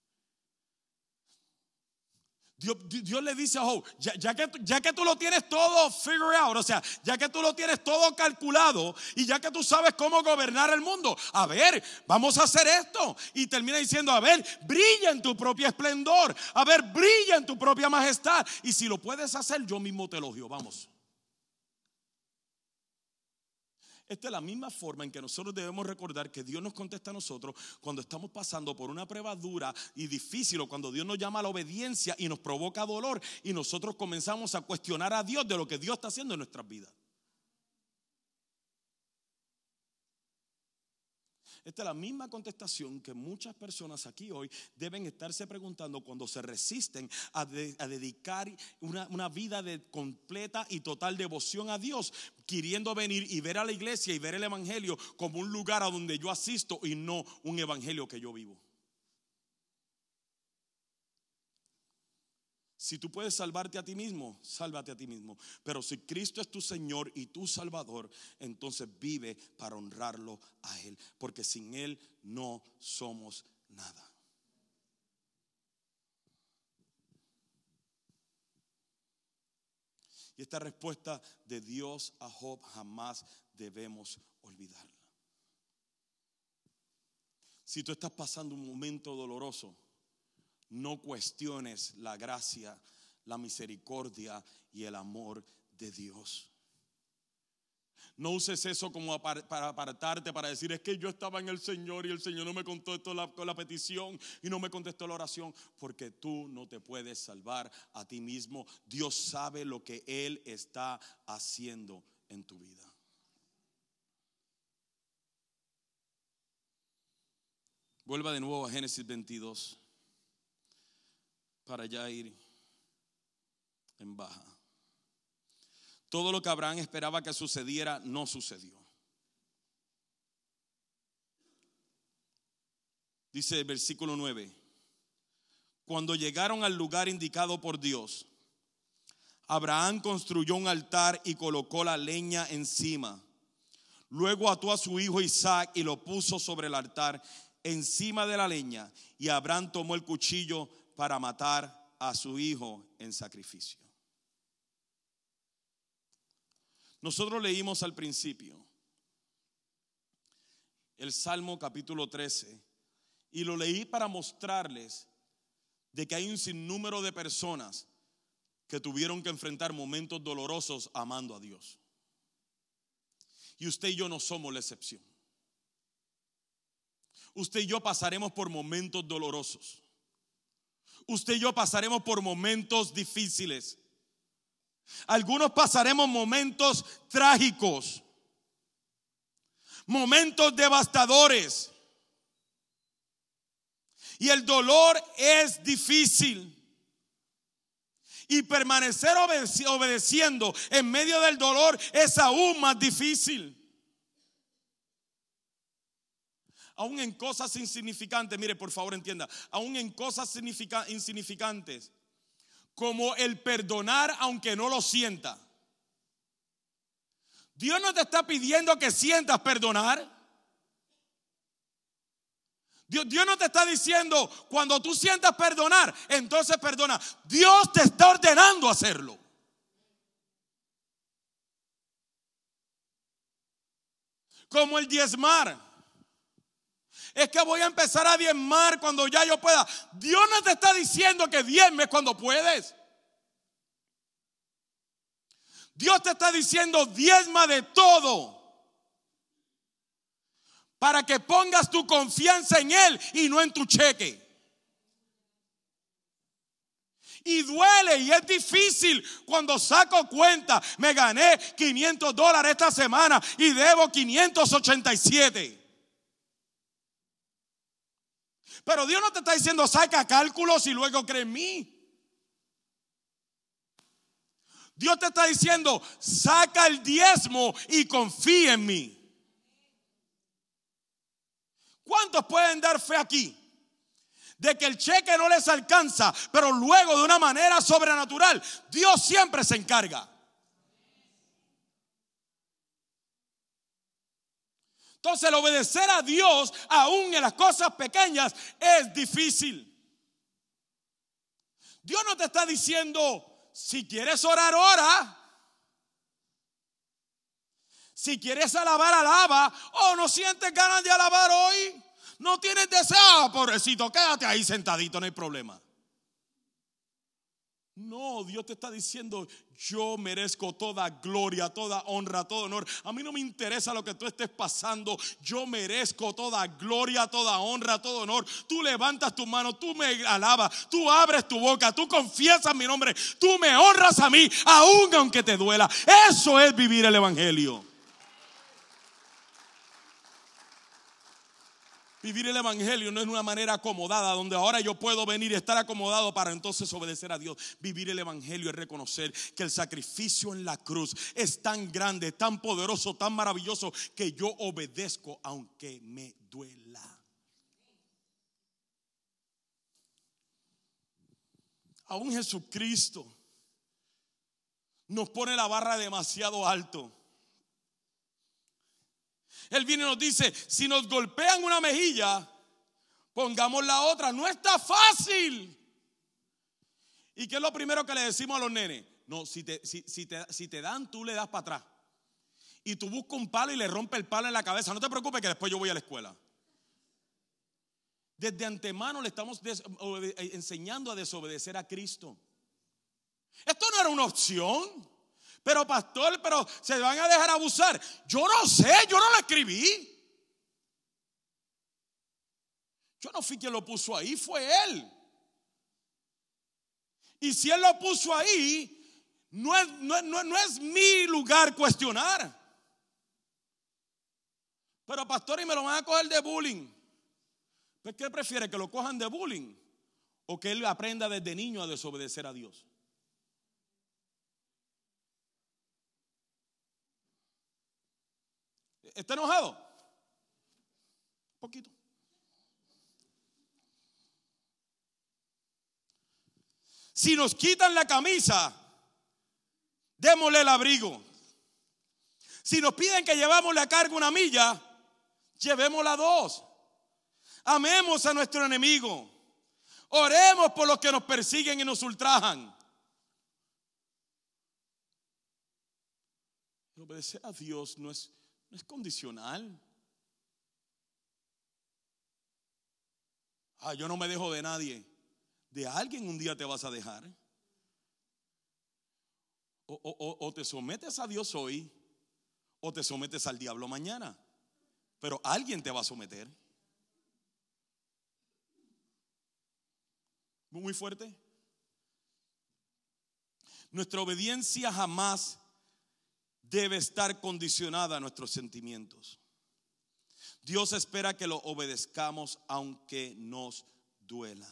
Speaker 2: Dios le dice a Job: ya que tú lo tienes todo figure out, o sea, ya que tú lo tienes todo calculado y ya que tú sabes cómo gobernar el mundo, a ver, vamos a hacer esto. Y termina diciendo: a ver, brilla en tu propio esplendor, a ver, brilla en tu propia majestad. Y si lo puedes hacer, yo mismo te elogio. Vamos. Esta es la misma forma en que nosotros debemos recordar que Dios nos contesta a nosotros cuando estamos pasando por una prueba dura y difícil, o cuando Dios nos llama a la obediencia y nos provoca dolor y nosotros comenzamos a cuestionar a Dios de lo que Dios está haciendo en nuestras vidas. Esta es la misma contestación que muchas personas aquí hoy deben estarse preguntando cuando se resisten a dedicar una vida de completa y total devoción a Dios, queriendo venir y ver a la iglesia y ver el evangelio como un lugar a donde yo asisto y no un evangelio que yo vivo. Si tú puedes salvarte a ti mismo, sálvate a ti mismo. Pero si Cristo es tu Señor y tu Salvador, entonces vive para honrarlo a Él, porque sin Él no somos nada. Y esta respuesta de Dios a Job jamás debemos olvidarla. Si tú estás pasando un momento doloroso, no cuestiones la gracia, la misericordia y el amor de Dios. No uses eso como para apartarte, para decir: es que yo estaba en el Señor y el Señor no me contestó la petición y no me contestó la oración. Porque tú no te puedes salvar a ti mismo. Dios sabe lo que Él está haciendo en tu vida. Vuelva de nuevo a Génesis 22 para ya ir en baja. Todo lo que Abraham esperaba que sucediera no sucedió. Dice el versículo 9: cuando llegaron al lugar indicado por Dios, Abraham construyó un altar y colocó la leña encima. Luego ató a su hijo Isaac y lo puso sobre el altar encima de la leña. Y Abraham tomó el cuchillo para matar a su hijo en sacrificio. Nosotros leímos al principio el Salmo capítulo 13 y lo leí para mostrarles de que hay un sinnúmero de personas que tuvieron que enfrentar momentos dolorosos amando a Dios. Y usted y yo no somos la excepción. Usted y yo pasaremos por momentos dolorosos. Usted y yo pasaremos por momentos difíciles. Algunos pasaremos momentos trágicos, momentos devastadores. Y el dolor es difícil. Y permanecer obedeciendo en medio del dolor es aún más difícil. Aún en cosas insignificantes, mire, por favor entienda, aún en cosas insignificantes, como el perdonar aunque no lo sienta. Dios no te está pidiendo que sientas perdonar. Dios no te está diciendo cuando tú sientas perdonar, entonces perdona. Dios te está ordenando hacerlo. Como el diezmar. Es que voy a empezar a diezmar cuando ya yo pueda. Dios no te está diciendo que diezmes cuando puedes. Dios te está diciendo diezma de todo, para que pongas tu confianza en Él y no en tu cheque. Y duele y es difícil cuando saco cuenta. Me gané $500 esta semana y debo 587. Pero Dios no te está diciendo saca cálculos y luego cree en mí. Dios te está diciendo saca el diezmo y confía en mí. ¿Cuántos pueden dar fe aquí? De que el cheque no les alcanza, pero luego de una manera sobrenatural, Dios siempre se encarga. Entonces el obedecer a Dios, aún en las cosas pequeñas, es difícil. Dios no te está diciendo, si quieres orar, ora. Si quieres alabar, alaba. O no sientes ganas de alabar hoy, no tienes deseo, pobrecito, quédate ahí sentadito, no hay problema. No, Dios te está diciendo, yo merezco toda gloria, toda honra, todo honor. A mí no me interesa lo que tú estés pasando. Yo merezco toda gloria, toda honra, todo honor. Tú levantas tu mano, tú me alabas, tú abres tu boca, tú confiesas mi nombre, tú me honras a mí, aun aunque te duela. Eso es vivir el evangelio. Vivir el evangelio no es una manera acomodada donde ahora yo puedo venir y estar acomodado para entonces obedecer a Dios. Vivir el evangelio es reconocer que el sacrificio en la cruz es tan grande, tan poderoso, tan maravilloso, que yo obedezco aunque me duela. Aún Jesucristo nos pone la barra demasiado alto. Él viene y nos dice, si nos golpean una mejilla, pongamos la otra. No está fácil. ¿Y qué es lo primero que le decimos a los nenes? No, si te dan, tú le das para atrás. Y tú buscas un palo y le rompes el palo en la cabeza. No te preocupes que después yo voy a la escuela. Desde antemano le estamos enseñando a desobedecer a Cristo. Esto no era una opción. Pero pastor, pero se van a dejar abusar. Yo no sé, yo no lo escribí. Yo no fui quien lo puso ahí, fue Él. Y si Él lo puso ahí, no es mi lugar cuestionar. Pero pastor, y me lo van a coger de bullying. Pues, ¿qué prefiere? ¿Que lo cojan de bullying o que él aprenda desde niño a desobedecer a Dios? ¿Está enojado? Un poquito. Si nos quitan la camisa, démosle el abrigo. Si nos piden que llevamos la carga una milla, llevémosla 2. Amemos a nuestro enemigo. Oremos por los que nos persiguen y nos ultrajan. Obedecer a Dios no es condicional. Yo no me dejo de nadie. De alguien un día te vas a dejar. O te sometes a Dios hoy, o te sometes al diablo mañana. Pero alguien te va a someter. Muy fuerte. Nuestra obediencia jamás debe estar condicionada a nuestros sentimientos. Dios espera que lo obedezcamos aunque nos duela.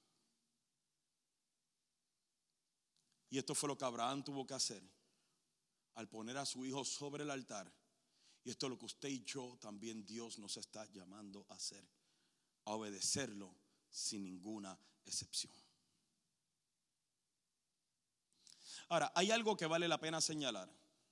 Speaker 2: Y esto fue lo que Abraham tuvo que hacer al poner a su hijo sobre el altar. Y esto es lo que usted y yo también Dios nos está llamando a hacer, a obedecerlo sin ninguna excepción. Ahora, hay algo que vale la pena señalar.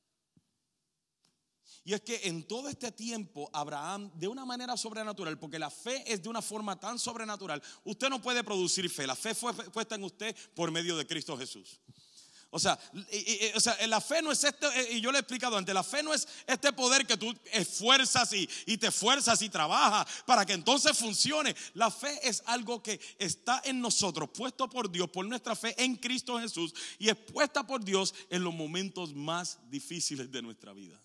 Speaker 2: Y es que en todo este tiempo Abraham, de una manera sobrenatural, porque la fe es de una forma tan sobrenatural, usted no puede producir fe. La fe fue puesta en usted por medio de Cristo Jesús. O sea, la fe no es y yo le he explicado antes, la fe no es este poder que tú esfuerzas y te esfuerzas y trabajas para que entonces funcione. La fe es algo que está en nosotros, puesto por Dios, por nuestra fe en Cristo Jesús, y es puesta por Dios en los momentos más difíciles de nuestra vida.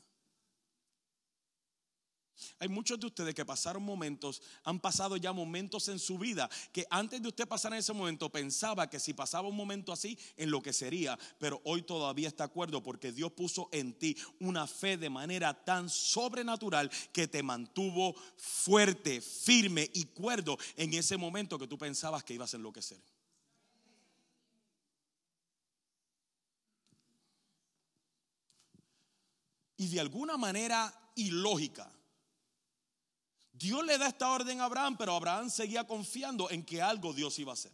Speaker 2: Hay muchos de ustedes que han pasado ya momentos en su vida que antes de usted pasar en ese momento pensaba que si pasaba un momento así enloquecería, pero hoy todavía está de acuerdo porque Dios puso en ti una fe de manera tan sobrenatural que te mantuvo fuerte, firme y cuerdo en ese momento que tú pensabas que ibas a enloquecer. Y de alguna manera ilógica, Dios le da esta orden a Abraham, pero Abraham seguía confiando en que algo Dios iba a hacer.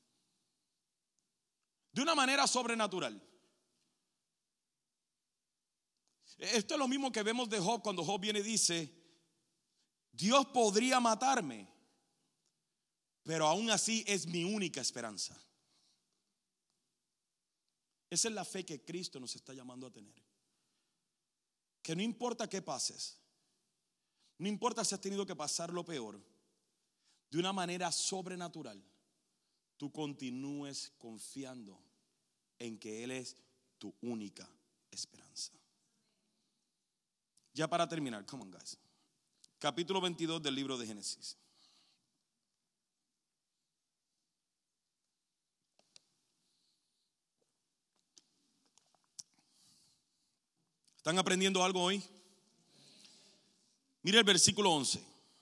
Speaker 2: De una manera sobrenatural. Esto es lo mismo que vemos de Job cuando Job viene y dice: Dios podría matarme, pero aún así es mi única esperanza. Esa es la fe que Cristo nos está llamando a tener. Que no importa qué pases, no importa si has tenido que pasar lo peor, de una manera sobrenatural, tú continúes confiando en que Él es tu única esperanza. Ya para terminar, come on guys. Capítulo 22 del libro de Génesis. ¿Están aprendiendo algo hoy? Mira el versículo 11.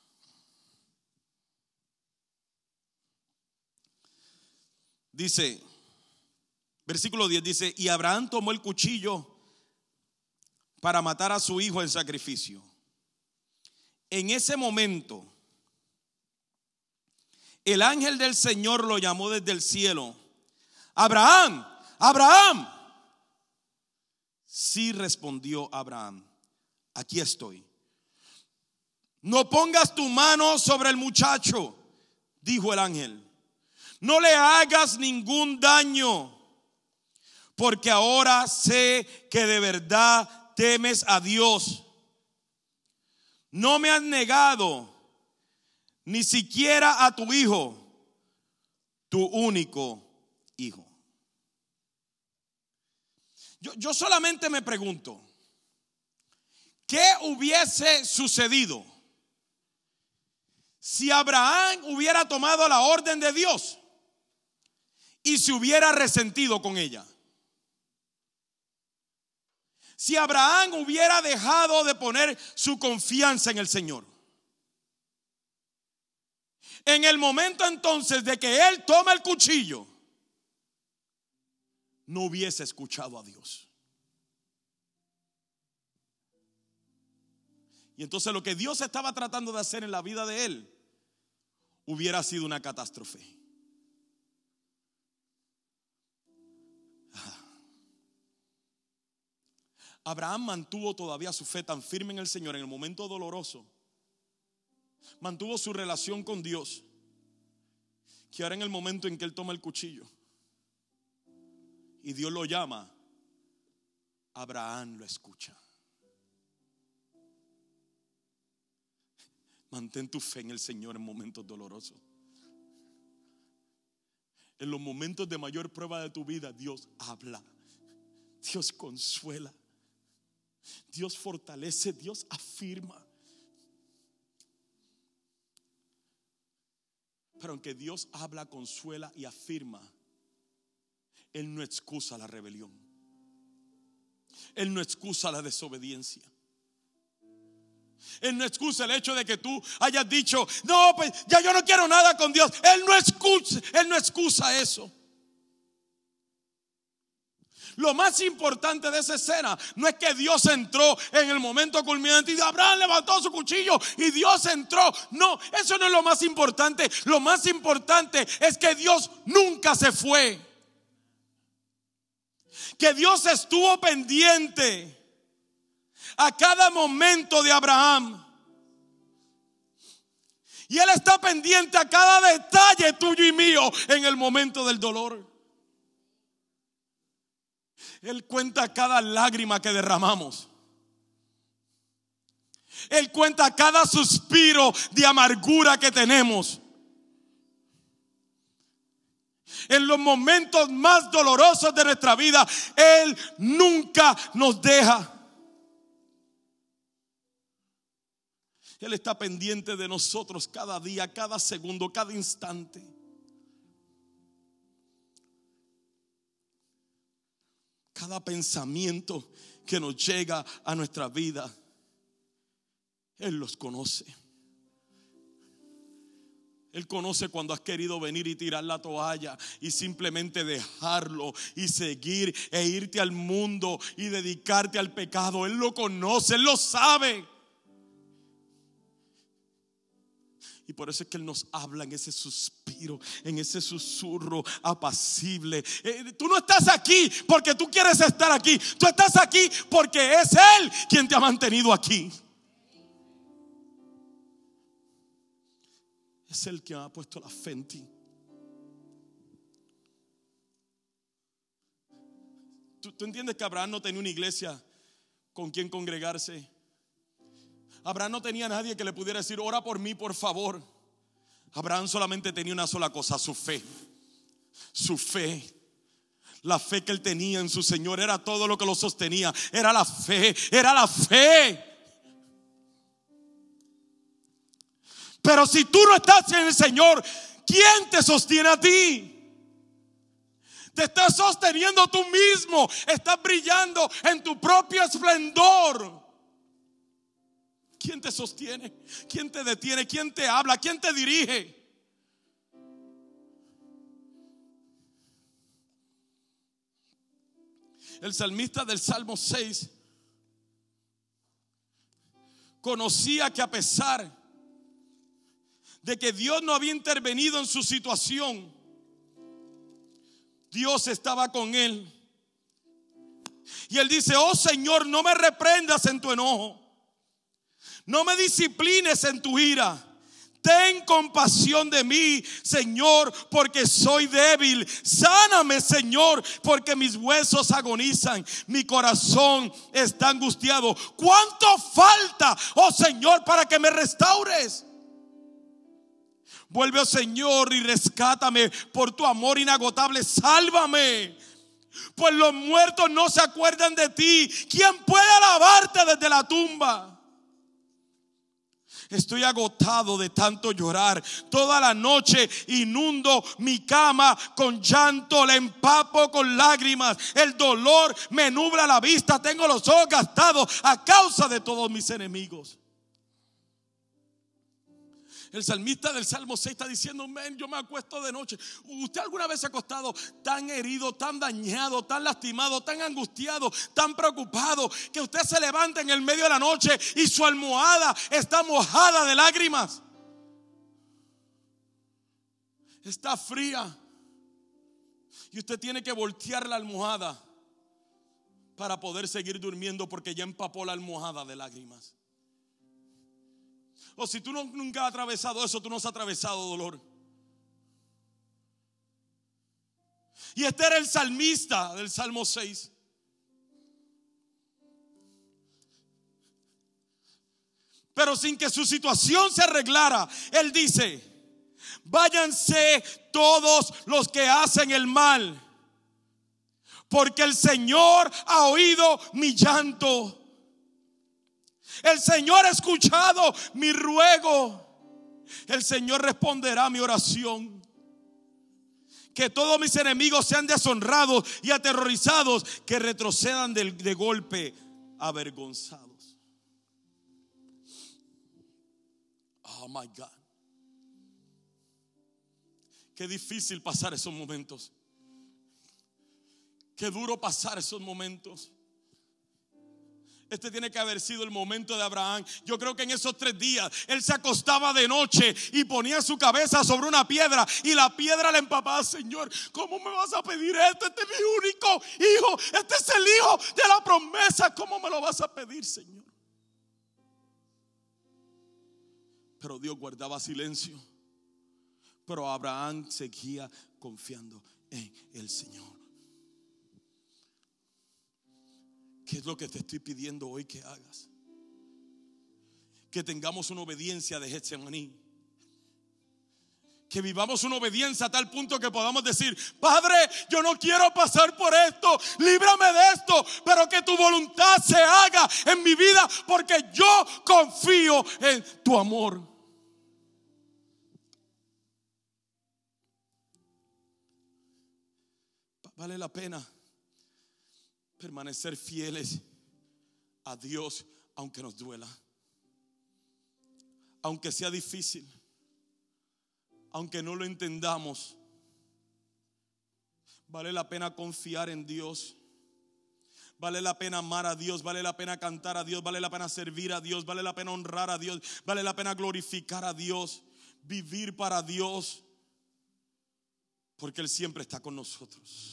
Speaker 2: Dice, versículo 10 dice: y Abraham tomó el cuchillo para matar a su hijo en sacrificio. En ese momento, el ángel del Señor lo llamó desde el cielo: Abraham, Abraham. Sí, respondió Abraham: aquí estoy. No pongas tu mano sobre el muchacho, dijo el ángel. No le hagas ningún daño, porque ahora sé que de verdad temes a Dios. No me has negado ni siquiera a tu hijo, tu único hijo. Yo solamente me pregunto, ¿qué hubiese sucedido si Abraham hubiera tomado la orden de Dios y se hubiera resentido con ella? Si Abraham hubiera dejado de poner su confianza en el Señor. En el momento entonces de que él toma el cuchillo, no hubiese escuchado a Dios. Y entonces lo que Dios estaba tratando de hacer en la vida de él hubiera sido una catástrofe. Abraham mantuvo todavía su fe tan firme en el Señor en el momento doloroso. Mantuvo su relación con Dios, que ahora en el momento en que él toma el cuchillo y Dios lo llama, Abraham lo escucha. Mantén tu fe en el Señor en momentos dolorosos. En los momentos de mayor prueba de tu vida, Dios habla, Dios consuela, Dios fortalece, Dios afirma. Pero aunque Dios habla, consuela y afirma, Él no excusa la rebelión. Él no excusa la desobediencia. Él no excusa el hecho de que tú hayas dicho, no, pues ya yo no quiero nada con Dios. Él no excusa eso. Lo más importante de esa escena no es que Dios entró en el momento culminante y Abraham levantó su cuchillo y Dios entró. No, eso no es lo más importante. Lo más importante es que Dios nunca se fue. Que Dios estuvo pendiente a cada momento de Abraham. Y Él está pendiente a cada detalle tuyo y mío en el momento del dolor. Él cuenta cada lágrima que derramamos. Él cuenta cada suspiro de amargura que tenemos. En los momentos más dolorosos de nuestra vida, Él nunca nos deja. Él está pendiente de nosotros cada día, cada segundo, cada instante. Cada pensamiento que nos llega a nuestra vida, Él los conoce. Él conoce cuando has querido venir y tirar la toalla y simplemente dejarlo y seguir e irte al mundo y dedicarte al pecado. Él lo conoce, Él lo sabe. Y por eso es que Él nos habla en ese suspiro, en ese susurro apacible. Tú no estás aquí porque tú quieres estar aquí. Tú estás aquí porque es Él quien te ha mantenido aquí. Es Él quien ha puesto la fe en ti. ¿Tú entiendes que Abraham no tenía una iglesia con quien congregarse? Abraham no tenía nadie que le pudiera decir, ora por mí, por favor. Abraham solamente tenía una sola cosa, su fe. Su fe. La fe que él tenía en su Señor era todo lo que lo sostenía. Era la fe, era la fe. Pero si tú no estás en el Señor, ¿quién te sostiene a ti? Te estás sosteniendo tú mismo. Estás brillando en tu propio esplendor. ¿Quién te sostiene? ¿Quién te detiene? ¿Quién te habla? ¿Quién te dirige? El salmista del Salmo 6 conocía que a pesar de que Dios no había intervenido en su situación, Dios estaba con él. Y él dice, oh Señor, no me reprendas en tu enojo. No me disciplines en tu ira. Ten compasión de mí, Señor, porque soy débil. Sáname, Señor, porque mis huesos agonizan. Mi corazón está angustiado. ¿Cuánto falta, oh Señor, para que me restaures? Vuelve, oh Señor, y rescátame por tu amor inagotable. Sálvame, pues los muertos no se acuerdan de ti. ¿Quién puede alabarte desde la tumba? Estoy agotado de tanto llorar. Toda la noche inundo mi cama con llanto, la empapo con lágrimas. El dolor me nubla la vista. Tengo los ojos gastados a causa de todos mis enemigos. El salmista del Salmo 6 está diciendo: men, yo me acuesto de noche. ¿Usted alguna vez se ha acostado tan herido, tan dañado, tan lastimado, tan angustiado, tan preocupado, que usted se levanta en el medio de la noche y su almohada está mojada de lágrimas? Está fría y usted tiene que voltear la almohada para poder seguir durmiendo, porque ya empapó la almohada de lágrimas. O si tú nunca has atravesado eso, tú no has atravesado dolor. Y este era el salmista del Salmo 6. Pero sin que su situación se arreglara, él dice: váyanse todos los que hacen el mal, porque el Señor ha oído mi llanto. El Señor ha escuchado mi ruego. El Señor responderá a mi oración. Que todos mis enemigos sean deshonrados y aterrorizados, que retrocedan de golpe avergonzados. Oh my God. Qué difícil pasar esos momentos. Qué duro pasar esos momentos. Este tiene que haber sido el momento de Abraham. Yo creo que en esos 3 días él se acostaba de noche y ponía su cabeza sobre una piedra y la piedra le empapaba. Señor, ¿cómo me vas a pedir esto? Este es mi único hijo. Este es el hijo de la promesa. ¿Cómo me lo vas a pedir, Señor? Pero Dios guardaba silencio. Pero Abraham seguía confiando en el Señor. ¿Qué es lo que te estoy pidiendo hoy que hagas? Que tengamos una obediencia de Getsemaní. Que vivamos una obediencia a tal punto que podamos decir: Padre, yo no quiero pasar por esto, líbrame de esto, pero que tu voluntad se haga en mi vida, porque yo confío en tu amor. Vale la pena permanecer fieles a Dios, aunque nos duela, aunque sea difícil, aunque no lo entendamos. Vale la pena confiar en Dios. Vale la pena amar a Dios, vale la pena cantar a Dios, vale la pena servir a Dios, vale la pena honrar a Dios, vale la pena glorificar a Dios, vivir para Dios, porque Él siempre está con nosotros.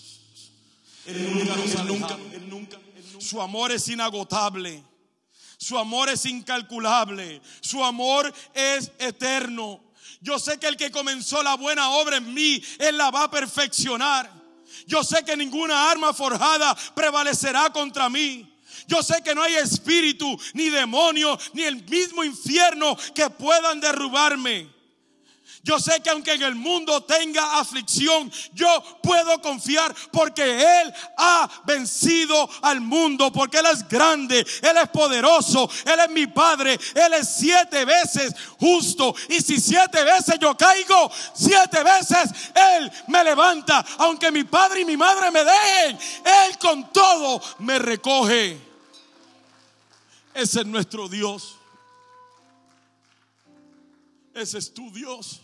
Speaker 2: Él nunca. Su amor es inagotable. Su amor es incalculable. Su amor es eterno. Yo sé que el que comenzó la buena obra en mí, Él la va a perfeccionar. Yo sé que ninguna arma forjada prevalecerá contra mí. Yo sé que no hay espíritu, ni demonio, ni el mismo infierno que puedan derrubarme. Yo sé que aunque en el mundo tenga aflicción, yo puedo confiar, porque Él ha vencido al mundo, porque Él es grande, Él es poderoso, Él es mi Padre, Él es 7 veces justo. Y si 7 veces yo caigo, 7 veces Él me levanta. Aunque mi padre y mi madre me dejen, Él con todo me recoge. Ese es nuestro Dios. Ese es tu Dios.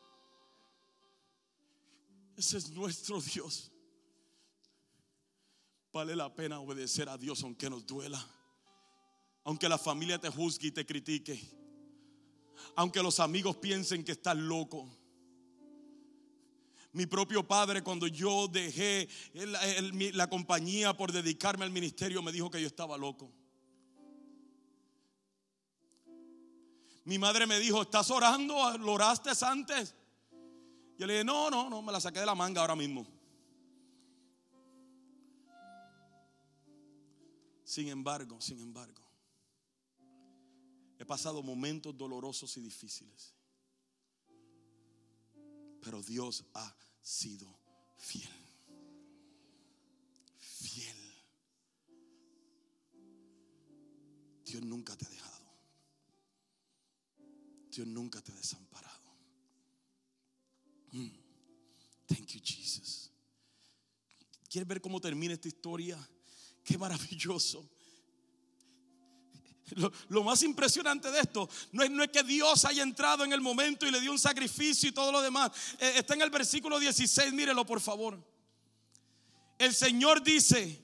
Speaker 2: Ese es nuestro Dios. Vale la pena obedecer a Dios aunque nos duela, aunque la familia te juzgue y te critique, aunque los amigos piensen que estás loco. Mi propio padre, cuando yo dejé la compañía por dedicarme al ministerio, me dijo que yo estaba loco. Mi madre me dijo: ¿estás orando? ¿Lo oraste antes? Yo le dije: no, me la saqué de la manga ahora mismo. Sin embargo, he pasado momentos dolorosos y difíciles, pero Dios ha sido fiel. Fiel. Dios nunca te ha dejado. Dios nunca te ha desamparado. Thank you, Jesus. ¿Quieres ver cómo termina esta historia? Qué maravilloso. Lo más impresionante de esto no es que Dios haya entrado en el momento y le dio un sacrificio y todo lo demás. Está en el versículo 16, mírelo por favor. El Señor dice: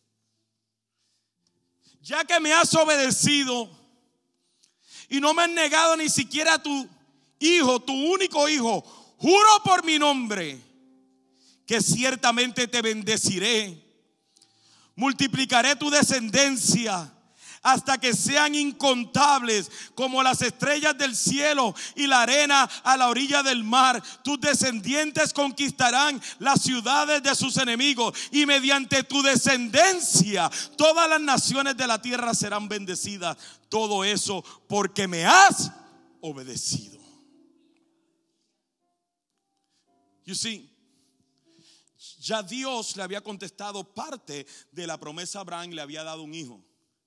Speaker 2: ya que me has obedecido y no me has negado ni siquiera a tu hijo, tu único hijo, juro por mi nombre que ciertamente te bendeciré, multiplicaré tu descendencia hasta que sean incontables como las estrellas del cielo y la arena a la orilla del mar. Tus descendientes conquistarán las ciudades de sus enemigos, y mediante tu descendencia todas las naciones de la tierra serán bendecidas. Todo eso porque me has obedecido. You see, ya Dios le había contestado parte de la promesa a Abraham y le había dado un hijo.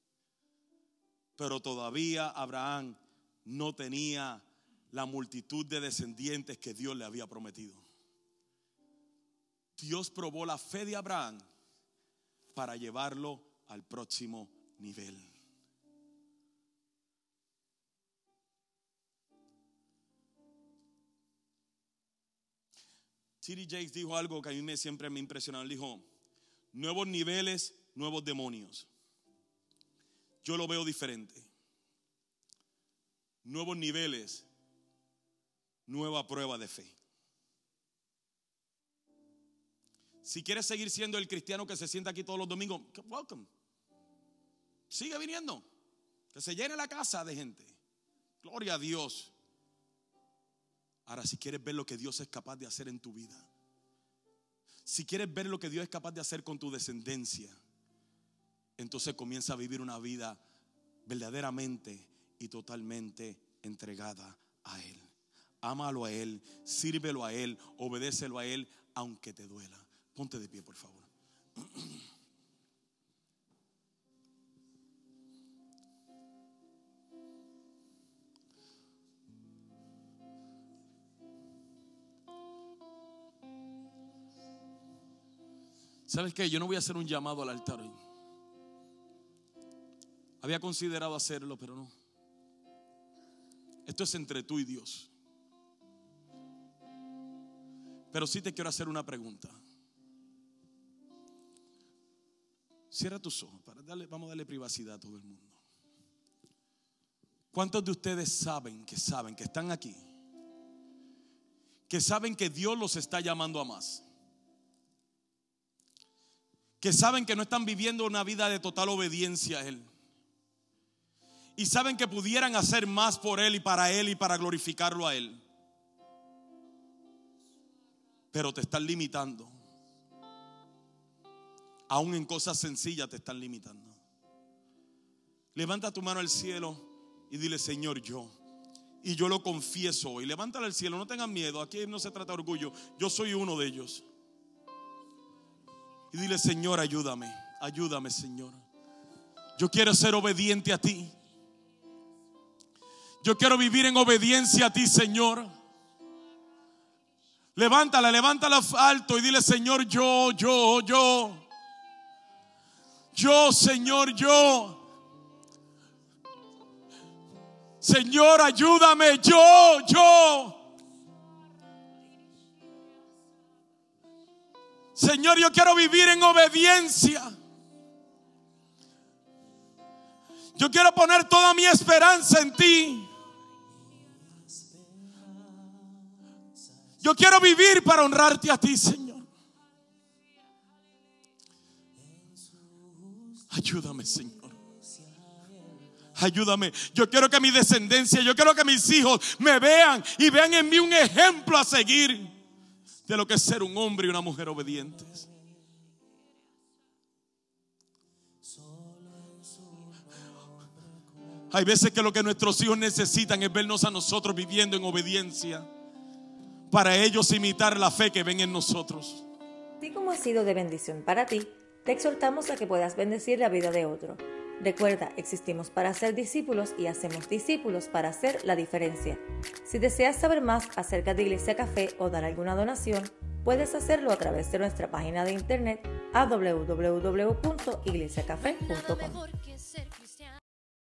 Speaker 2: Pero todavía Abraham no tenía la multitud de descendientes que Dios le había prometido. Dios probó la fe de Abraham para llevarlo al próximo nivel. T.D. Jakes dijo algo que a mí siempre me impresionó. Él dijo: nuevos niveles, nuevos demonios. Yo lo veo diferente. Nuevos niveles, nueva prueba de fe. Si quieres seguir siendo el cristiano que se sienta aquí todos los domingos, welcome. Sigue viniendo. Que se llene la casa de gente. Gloria a Dios. Ahora, si quieres ver lo que Dios es capaz de hacer en tu vida, si quieres ver lo que Dios es capaz de hacer con tu descendencia, entonces comienza a vivir una vida verdaderamente y totalmente entregada a Él. Ámalo a Él, sírvelo a Él, obedécelo a Él, aunque te duela. Ponte de pie, por favor. ¿Sabes qué? Yo no voy a hacer un llamado al altar hoy. Había considerado hacerlo, pero no. Esto es entre tú y Dios. Pero sí te quiero hacer una pregunta. Cierra tus ojos. Vamos a darle privacidad a todo el mundo. ¿Cuántos de ustedes saben que están aquí, que saben que Dios los está llamando a más? Que saben que no están viviendo una vida de total obediencia a Él. Y saben que pudieran hacer más por Él y para glorificarlo a Él. Pero te están limitando. Aún en cosas sencillas te están limitando. Levanta tu mano al cielo y dile: Señor, y yo lo confieso hoy. Levántala al cielo, no tengan miedo. Aquí no se trata de orgullo. Yo soy uno de ellos. Y dile: Señor, ayúdame, Señor. Yo quiero ser obediente a ti. Yo quiero vivir en obediencia a ti, Señor. Levántala alto y dile: Señor, yo, Señor, Señor, ayúdame, yo. Señor, yo quiero vivir en obediencia. Yo quiero poner toda mi esperanza en ti. Yo quiero vivir para honrarte a ti, Señor. Ayúdame, Señor. Ayúdame. Yo quiero que mi descendencia, yo quiero que mis hijos me vean y vean en mí un ejemplo a seguir de lo que es ser un hombre y una mujer obedientes. Hay veces que lo que nuestros hijos necesitan es vernos a nosotros viviendo en obediencia, para ellos imitar la fe que ven en nosotros.
Speaker 1: Así como ha sido de bendición para ti, te exhortamos a que puedas bendecir la vida de otro. Recuerda, existimos para ser discípulos y hacemos discípulos para hacer la diferencia. Si deseas saber más acerca de Iglesia Café o dar alguna donación, puedes hacerlo a través de nuestra página de internet a www.iglesiacafé.com.